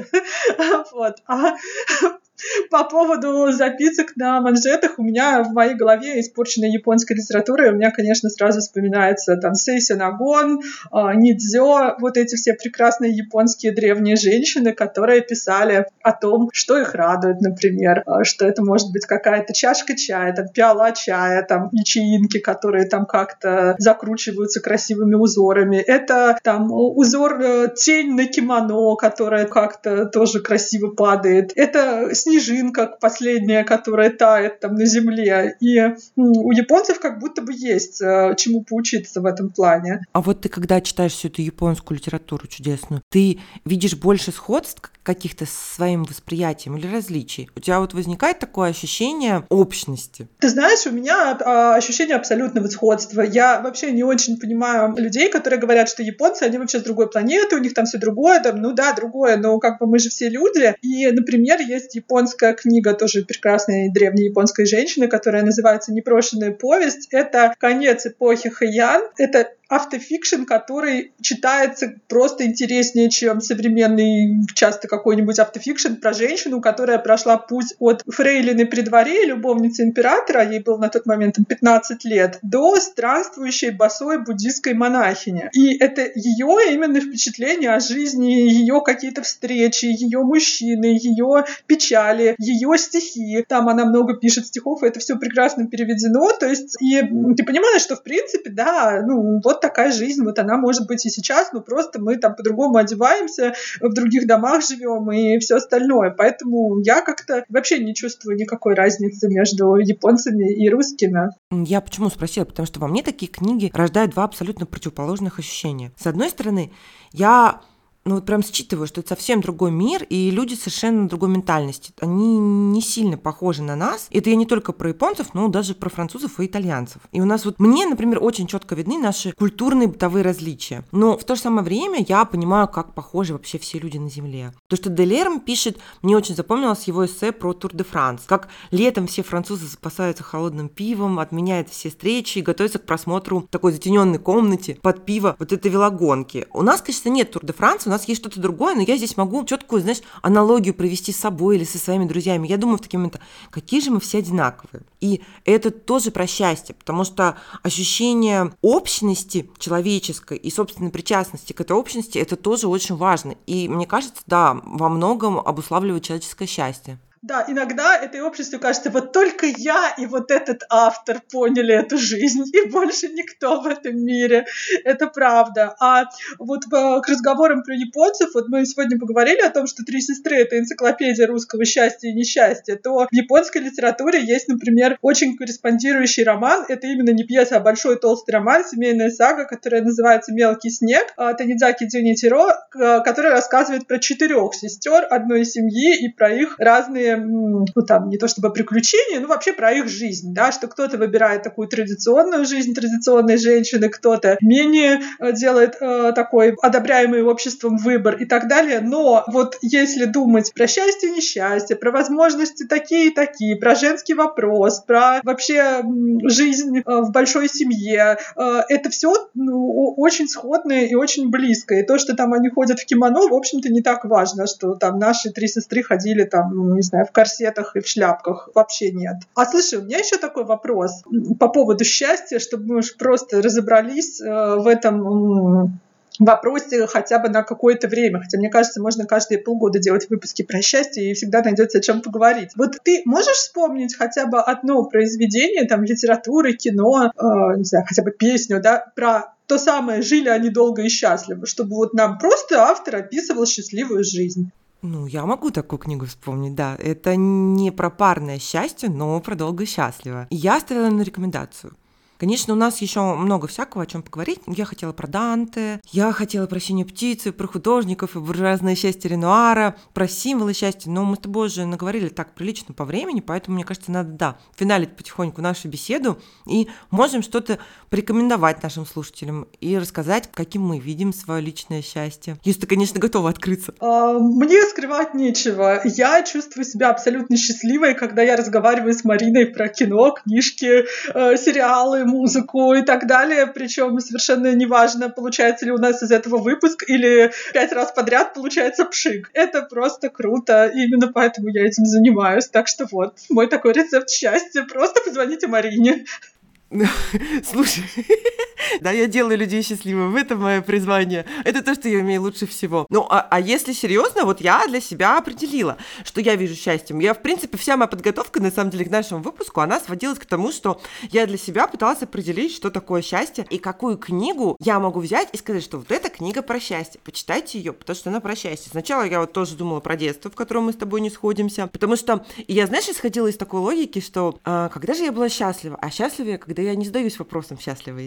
Вот. А по поводу записок на манжетах у меня в моей голове испорченная японской литература, и у меня, конечно, сразу вспоминается там Сейси Нагон, Нидзё, вот эти все прекрасные японские древние женщины, которые писали о том, что их радует, например, что это может быть какая-то чашка чая, там, пиала чая, там, ячеинки, которые там как-то закручиваются красивыми узорами. Это там узор, тень на кимоно, которая как-то тоже красиво падает. Это снежинка последняя, которая тает там на земле. И у японцев как будто бы есть чему поучиться в этом плане. А вот ты, когда читаешь всю эту японскую литературу чудесную, ты видишь больше сходств каких-то с своим восприятием или различий? У тебя вот возникает такое ощущение общности? Ты знаешь, у меня а, ощущение абсолютного сходства. Я вообще не очень понимаю людей, которые говорят, что японцы, они вообще с другой планеты, у них там все другое, там, ну да, другое, но как бы мы же все люди. И, например, есть японцы, японская книга, тоже прекрасной древней японской женщины, которая называется «Непрошенная повесть». Это конец эпохи Хэйан. Это автофикшн, который читается просто интереснее, чем современный, часто какой-нибудь автофикшн про женщину, которая прошла путь от фрейлины при дворе, любовницы императора, ей было на тот момент пятнадцать лет, до странствующей босой буддистской монахини. И это ее именно впечатление о жизни, ее какие-то встречи, ее мужчины, ее печали, ее стихи. Там она много пишет стихов, и это все прекрасно переведено. То есть, и ты понимаешь, что в принципе, да, ну вот такая жизнь, вот она может быть и сейчас, но просто мы там по-другому одеваемся, в других домах живем и все остальное. Поэтому я как-то вообще не чувствую никакой разницы между японцами и русскими. Я почему спросила? Потому что во мне такие книги рождают два абсолютно противоположных ощущения. С одной стороны, я ну вот прям считываю, что это совсем другой мир, и люди совершенно другой ментальности. Они не сильно похожи на нас. Это я не только про японцев, но даже про французов и итальянцев. И у нас вот, мне, например, очень четко видны наши культурные бытовые различия. Но в то же самое время я понимаю, как похожи вообще все люди на Земле. То, что Делерм пишет, мне очень запомнилось его эссе про Тур де Франс. Как летом все французы запасаются холодным пивом, отменяют все встречи и готовятся к просмотру в такой затененной комнате под пиво вот этой велогонки. У нас, конечно, нет Тур де Франс, у нас есть что-то другое, но я здесь могу четкую, знаешь, аналогию провести с собой или со своими друзьями. Я думаю в такие моменты, какие же мы все одинаковые. И это тоже про счастье, потому что ощущение общности человеческой и собственной причастности к этой общности, это тоже очень важно. И мне кажется, да, во многом обуславливает человеческое счастье. Да, иногда этой обществу кажется, вот только я и вот этот автор поняли эту жизнь, и больше никто в этом мире. Это правда. А вот к разговорам про японцев, вот мы сегодня поговорили о том, что «Три сестры» — это энциклопедия русского счастья и несчастья, то в японской литературе есть, например, очень корреспондирующий роман. Это именно не пьеса, а большой толстый роман, семейная сага, которая называется «Мелкий снег» Танидзаки Дзюнитиро, который рассказывает про четырех сестер одной семьи и про их разные, ну там, не то чтобы приключения, но вообще про их жизнь, да, что кто-то выбирает такую традиционную жизнь традиционной женщины, кто-то менее делает э, такой одобряемый обществом выбор и так далее. Но вот если думать про счастье и несчастье, про возможности такие и такие, про женский вопрос, про вообще жизнь э, в большой семье, э, это все ну, очень сходное и очень близкое. И то, что там они ходят в кимоно, в общем-то, не так важно, что там наши три сестры ходили там, ну, не знаю, в корсетах и в шляпках. Вообще нет. А слушай, у меня еще такой вопрос по поводу счастья, чтобы мы уж просто разобрались э, в этом вопросе хотя бы на какое-то время. Хотя, мне кажется, можно каждые полгода делать выпуски про счастье, и всегда найдется о чем поговорить. Вот ты можешь вспомнить хотя бы одно произведение, там, литературы, кино, э, не знаю, хотя бы песню, да, про то самое «Жили они долго и счастливо», чтобы вот нам просто автор описывал счастливую жизнь? Ну, я могу такую книгу вспомнить, да. Это не про парное счастье, но про долго и счастливо. И я оставила на рекомендацию. Конечно, у нас еще много всякого, о чем поговорить. Я хотела про Данте, я хотела про «Синюю птицу», про художников, и буржуазное счастье Ренуара, про символы счастья. Но мы с тобой уже наговорили так прилично по времени, поэтому, мне кажется, надо, да, финалить потихоньку нашу беседу и можем что-то порекомендовать нашим слушателям и рассказать, каким мы видим свое личное счастье. Если ты, конечно, готова открыться. Мне скрывать нечего. Я чувствую себя абсолютно счастливой, когда я разговариваю с Мариной про кино, книжки, сериалы, музыку и так далее, причем совершенно неважно, получается ли у нас из этого выпуск или пять раз подряд получается пшик. Это просто круто, и именно поэтому я этим занимаюсь. Так что вот, мой такой рецепт счастья. Просто позвоните Марине. Слушай, да, я делаю людей счастливыми, это мое призвание, это то, что я умею лучше всего. Ну, а, а если серьезно, вот я для себя определила, что я вижу счастьем. Я, в принципе, вся моя подготовка, на самом деле, к нашему выпуску, она сводилась к тому, что я для себя пыталась определить, что такое счастье, и какую книгу я могу взять и сказать, что вот эта книга про счастье, почитайте ее, потому что она про счастье. Сначала я вот тоже думала про детство, в котором мы с тобой не сходимся, потому что, и я, знаешь, исходила из такой логики, что а, когда же я была счастлива, а счастлива я, когда я не задаюсь вопросом, счастлива или я, а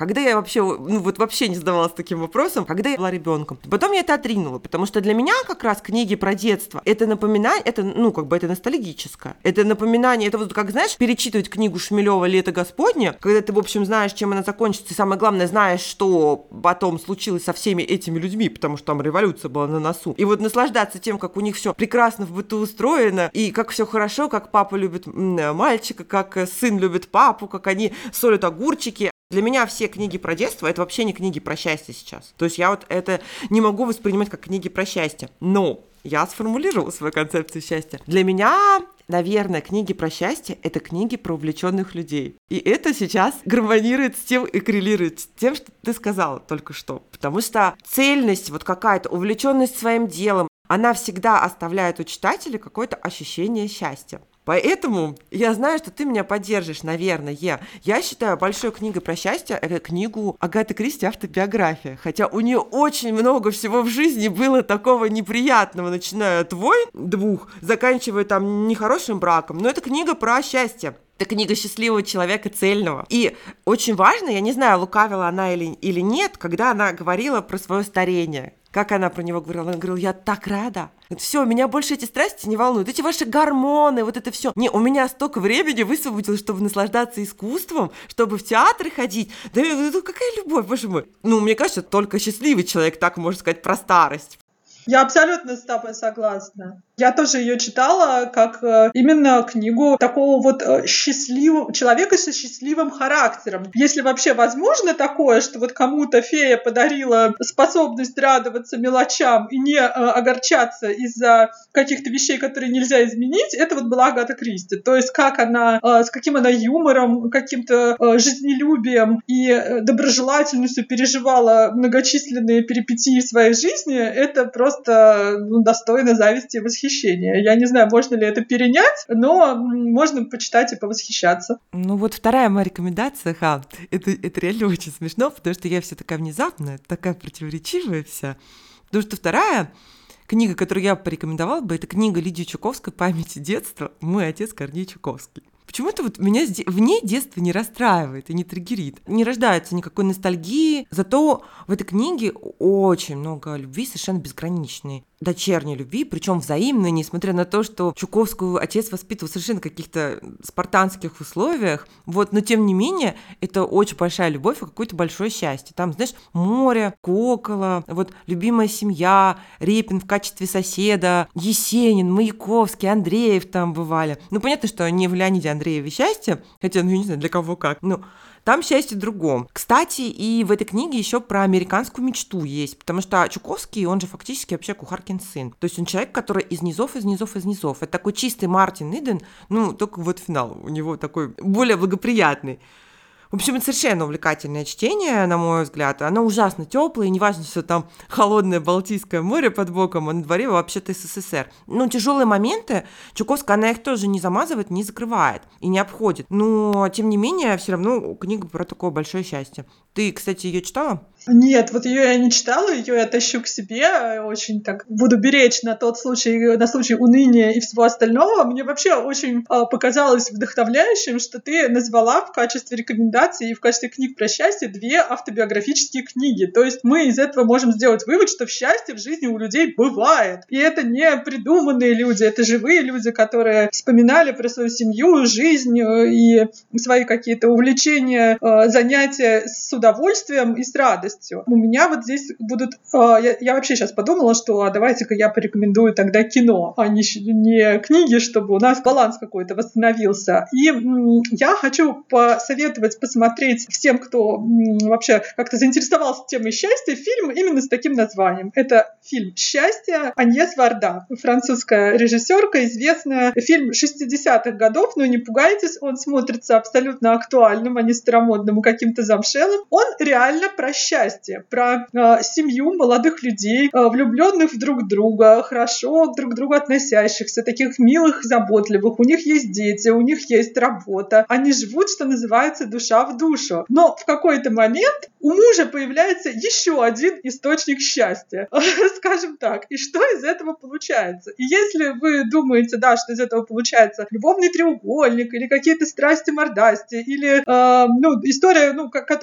когда я вообще, ну вот вообще не задавалась таким вопросом, когда я была ребенком. Потом я это отринула, потому что для меня как раз книги про детство, это напоминание, это, ну, как бы это ностальгическое. Это напоминание, это вот как, знаешь, перечитывать книгу Шмелева «Лето Господне», когда ты, в общем, знаешь, чем она закончится, и самое главное, знаешь, что потом случилось со всеми этими людьми, потому что там революция была на носу. И вот наслаждаться тем, как у них все прекрасно в быту устроено, и как все хорошо, как папа любит мальчика, как сын любит папу, как они солят огурчики. Для меня все книги про детство — это вообще не книги про счастье сейчас. То есть я вот это не могу воспринимать как книги про счастье. Но я сформулировала свою концепцию счастья. Для меня, наверное, книги про счастье — это книги про увлеченных людей. И это сейчас гармонирует с тем и коррелирует с тем, что ты сказала только что. Потому что цельность, вот какая-то увлеченность своим делом, она всегда оставляет у читателя какое-то ощущение счастья. Поэтому я знаю, что ты меня поддержишь, наверное. Я считаю большой книгой про счастье — это книгу Агаты Кристи «Автобиография». Хотя у нее очень много всего в жизни было такого неприятного, начиная от войн двух, заканчивая там нехорошим браком. Но это книга про счастье. Это книга счастливого человека, цельного. И очень важно, я не знаю, лукавила она или, или нет, когда она говорила про свое старение. Как она про него говорила? Она говорила: я так рада. Все, меня больше эти страсти не волнуют. Эти ваши гормоны, вот это все. Не, у меня столько времени высвободилось, чтобы наслаждаться искусством, чтобы в театры ходить. Да ну, какая любовь, боже мой. Ну, мне кажется, только счастливый человек так может сказать про старость. Я абсолютно с тобой согласна. Я тоже ее читала как э, именно книгу такого вот э, счастливого человека со счастливым характером. Если вообще возможно такое, что вот кому-то фея подарила способность радоваться мелочам и не э, огорчаться из-за каких-то вещей, которые нельзя изменить, это вот была Агата Кристи. То есть как она, э, с каким она юмором, каким-то э, жизнелюбием и э, доброжелательностью переживала многочисленные перипетии в своей жизни, это просто ну, достойно зависти и восхищения. Я не знаю, можно ли это перенять, но можно почитать и повосхищаться. Ну вот вторая моя рекомендация, ха, это, это реально очень смешно, потому что я вся такая внезапная, такая противоречивая вся. Потому что вторая книга, которую я порекомендовала бы, это книга Лидии Чуковской «Памяти детства. Мой отец Корней Чуковский». Почему-то вот меня в ней детство не расстраивает и не триггерит. Не рождается никакой ностальгии, зато в этой книге очень много любви, совершенно безграничной. Дочерней любви, причем взаимной, несмотря на то, что Чуковскую отец воспитывал в совершенно каких-то спартанских условиях, вот, но тем не менее, это очень большая любовь и какое-то большое счастье. Там, знаешь, море, Кокола, вот, любимая семья, Репин в качестве соседа, Есенин, Маяковский, Андреев там бывали. Ну, понятно, что не в Леониде Андрееве счастье, хотя, ну, я не знаю, для кого как, но там счастье в другом. Кстати, и в этой книге еще про американскую мечту есть, потому что Чуковский, он же фактически вообще кухаркин сын. То есть он человек, который из низов, из низов, из низов. Это такой чистый Мартин Иден, ну, только вот финал у него такой более благоприятный. В общем, это совершенно увлекательное чтение, на мой взгляд. Оно ужасно теплое, неважно, что там холодное Балтийское море под боком, а на дворе вообще-то СССР. Но тяжелые моменты Чуковская, она их тоже не замазывает, не закрывает и не обходит. Но, тем не менее, все равно книга про такое большое счастье. Ты, кстати, ее читала? Нет, вот ее я не читала, ее я тащу к себе, очень так буду беречь на тот случай, на случай уныния и всего остального. Мне вообще очень э, показалось вдохновляющим, что ты назвала в качестве рекомендаций и в качестве книг про счастье две автобиографические книги. То есть мы из этого можем сделать вывод, что счастье в жизни у людей бывает. И это не придуманные люди, это живые люди, которые вспоминали про свою семью, жизнь э, и свои какие-то увлечения, э, занятия с удовольствием и с радостью. У меня вот здесь будут... Э, я, я вообще сейчас подумала, что а давайте-ка я порекомендую тогда кино, а не, не книги, чтобы у нас баланс какой-то восстановился. И м, я хочу посоветовать посмотреть всем, кто м, вообще как-то заинтересовался темой счастья, фильм именно с таким названием. Это фильм «Счастье» Аньес Варда, французская режиссерка, известная. Фильм шестидесятых годов, но не пугайтесь, он смотрится абсолютно актуальным, а не старомодным, каким-то замшелым. Он реально про счастье. Про э, семью молодых людей, э, влюбленных в друг друга, хорошо друг к другу относящихся, таких милых, заботливых. У них есть дети, у них есть работа. Они живут, что называется, душа в душу. Но в какой-то момент у мужа появляется еще один источник счастья, скажем так. И что из этого получается? И если вы думаете, да, что из этого получается любовный треугольник или какие-то страсти-мордасти, или э, ну, история, ну, которых миллион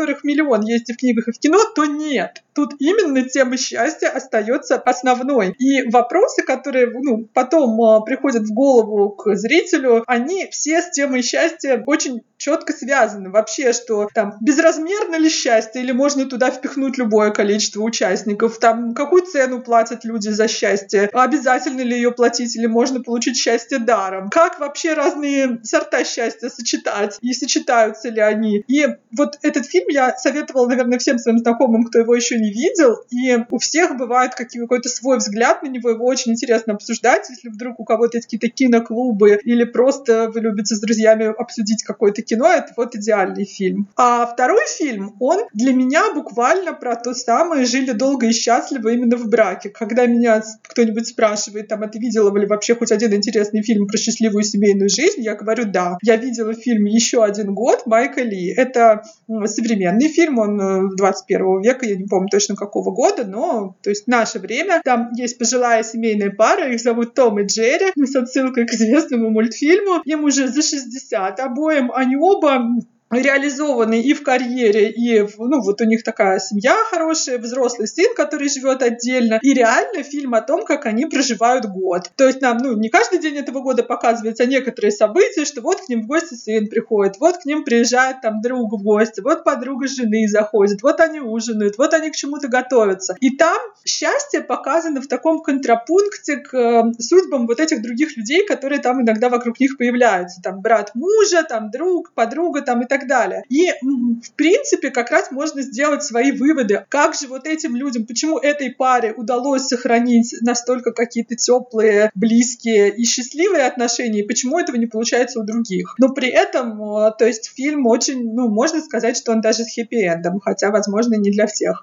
миллион есть и в книгах, и в кино, то нет. Тут именно тема счастья остается основной. И вопросы, которые ну, потом э, приходят в голову к зрителю, они все с темой счастья очень четко связаны. Вообще, что там безразмерно ли счастье, или можно туда впихнуть любое количество участников, там какую цену платят люди за счастье, обязательно ли ее платить, или можно получить счастье даром, как вообще разные сорта счастья сочетать, и сочетаются ли они. И вот этот фильм я советовала, наверное, всем своим знакомым, кто его еще не видел, и у всех бывает какой-то свой взгляд на него, его очень интересно обсуждать, если вдруг у кого-то есть какие-то киноклубы, или просто вы любите с друзьями обсудить какое-то кино, это вот идеальный фильм. А второй фильм, он для меня буквально про то самое «Жили долго и счастливо» именно в браке. Когда меня кто-нибудь спрашивает, там, а ты видела ли вообще хоть один интересный фильм про счастливую семейную жизнь, я говорю, да. Я видела фильм «Еще один год» Майка Ли. Это современный фильм, он двадцать первого века, я не помню точно какого года, но то есть наше время. Там есть пожилая семейная пара, их зовут Том и Джерри, с отсылкой к известному мультфильму. Им уже за шестьдесят. Обоим они оба реализованы и в карьере, и в, ну вот у них такая семья хорошая, взрослый сын, который живет отдельно, и реально фильм о том, как они проживают год. То есть нам, ну, не каждый день этого года показываются некоторые события, что вот к ним в гости сын приходит, вот к ним приезжает там друг в гости, вот подруга жены заходит, вот они ужинают, вот они к чему-то готовятся. И там счастье показано в таком контрапункте к э, судьбам вот этих других людей, которые там иногда вокруг них появляются. Там брат мужа, там друг, подруга, там и так далее. И, в принципе, как раз можно сделать свои выводы. Как же вот этим людям, почему этой паре удалось сохранить настолько какие-то теплые, близкие и счастливые отношения, и почему этого не получается у других. Но при этом, то есть фильм очень, ну, можно сказать, что он даже с хэппи-эндом, хотя, возможно, не для всех.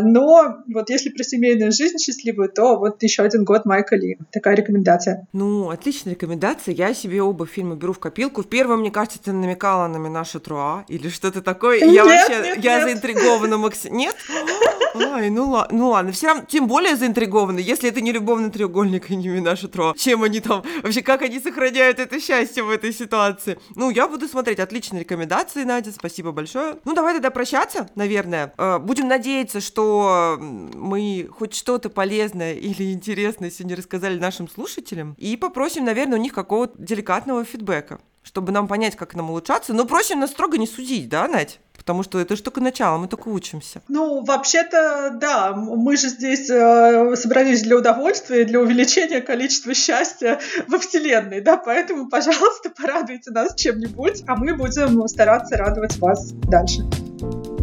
Но вот если про семейную жизнь счастливую, то вот «Еще один год» Майка Ли. Такая рекомендация. Ну, отличная рекомендация. Я себе оба фильма беру в копилку. В первом, мне кажется, ты намекала на Минашу Труа или что-то такое. Нет, я вообще, нет, я нет. заинтригована максимально. Нет? Ой, ну ладно, ну ладно. Все равно, тем более заинтригованы, если это не любовный треугольник и не Минаша Труа. Чем они там, вообще, как они сохраняют это счастье в этой ситуации? Ну, я буду смотреть. Отличные рекомендации, Надя, спасибо большое. Ну, давай тогда прощаться, наверное. Будем надеяться, что мы хоть что-то полезное или интересное сегодня рассказали нашим слушателям. И попросим, наверное, у них какого-то деликатного фидбэка, чтобы нам понять, как нам улучшаться. Но просим нас строго не судить, да, Надь? Потому что это же только начало, мы только учимся. Ну, вообще-то, да, мы же здесь э, собрались для удовольствия, для увеличения количества счастья во Вселенной, да, поэтому, пожалуйста, порадуйте нас чем-нибудь, а мы будем стараться радовать вас дальше.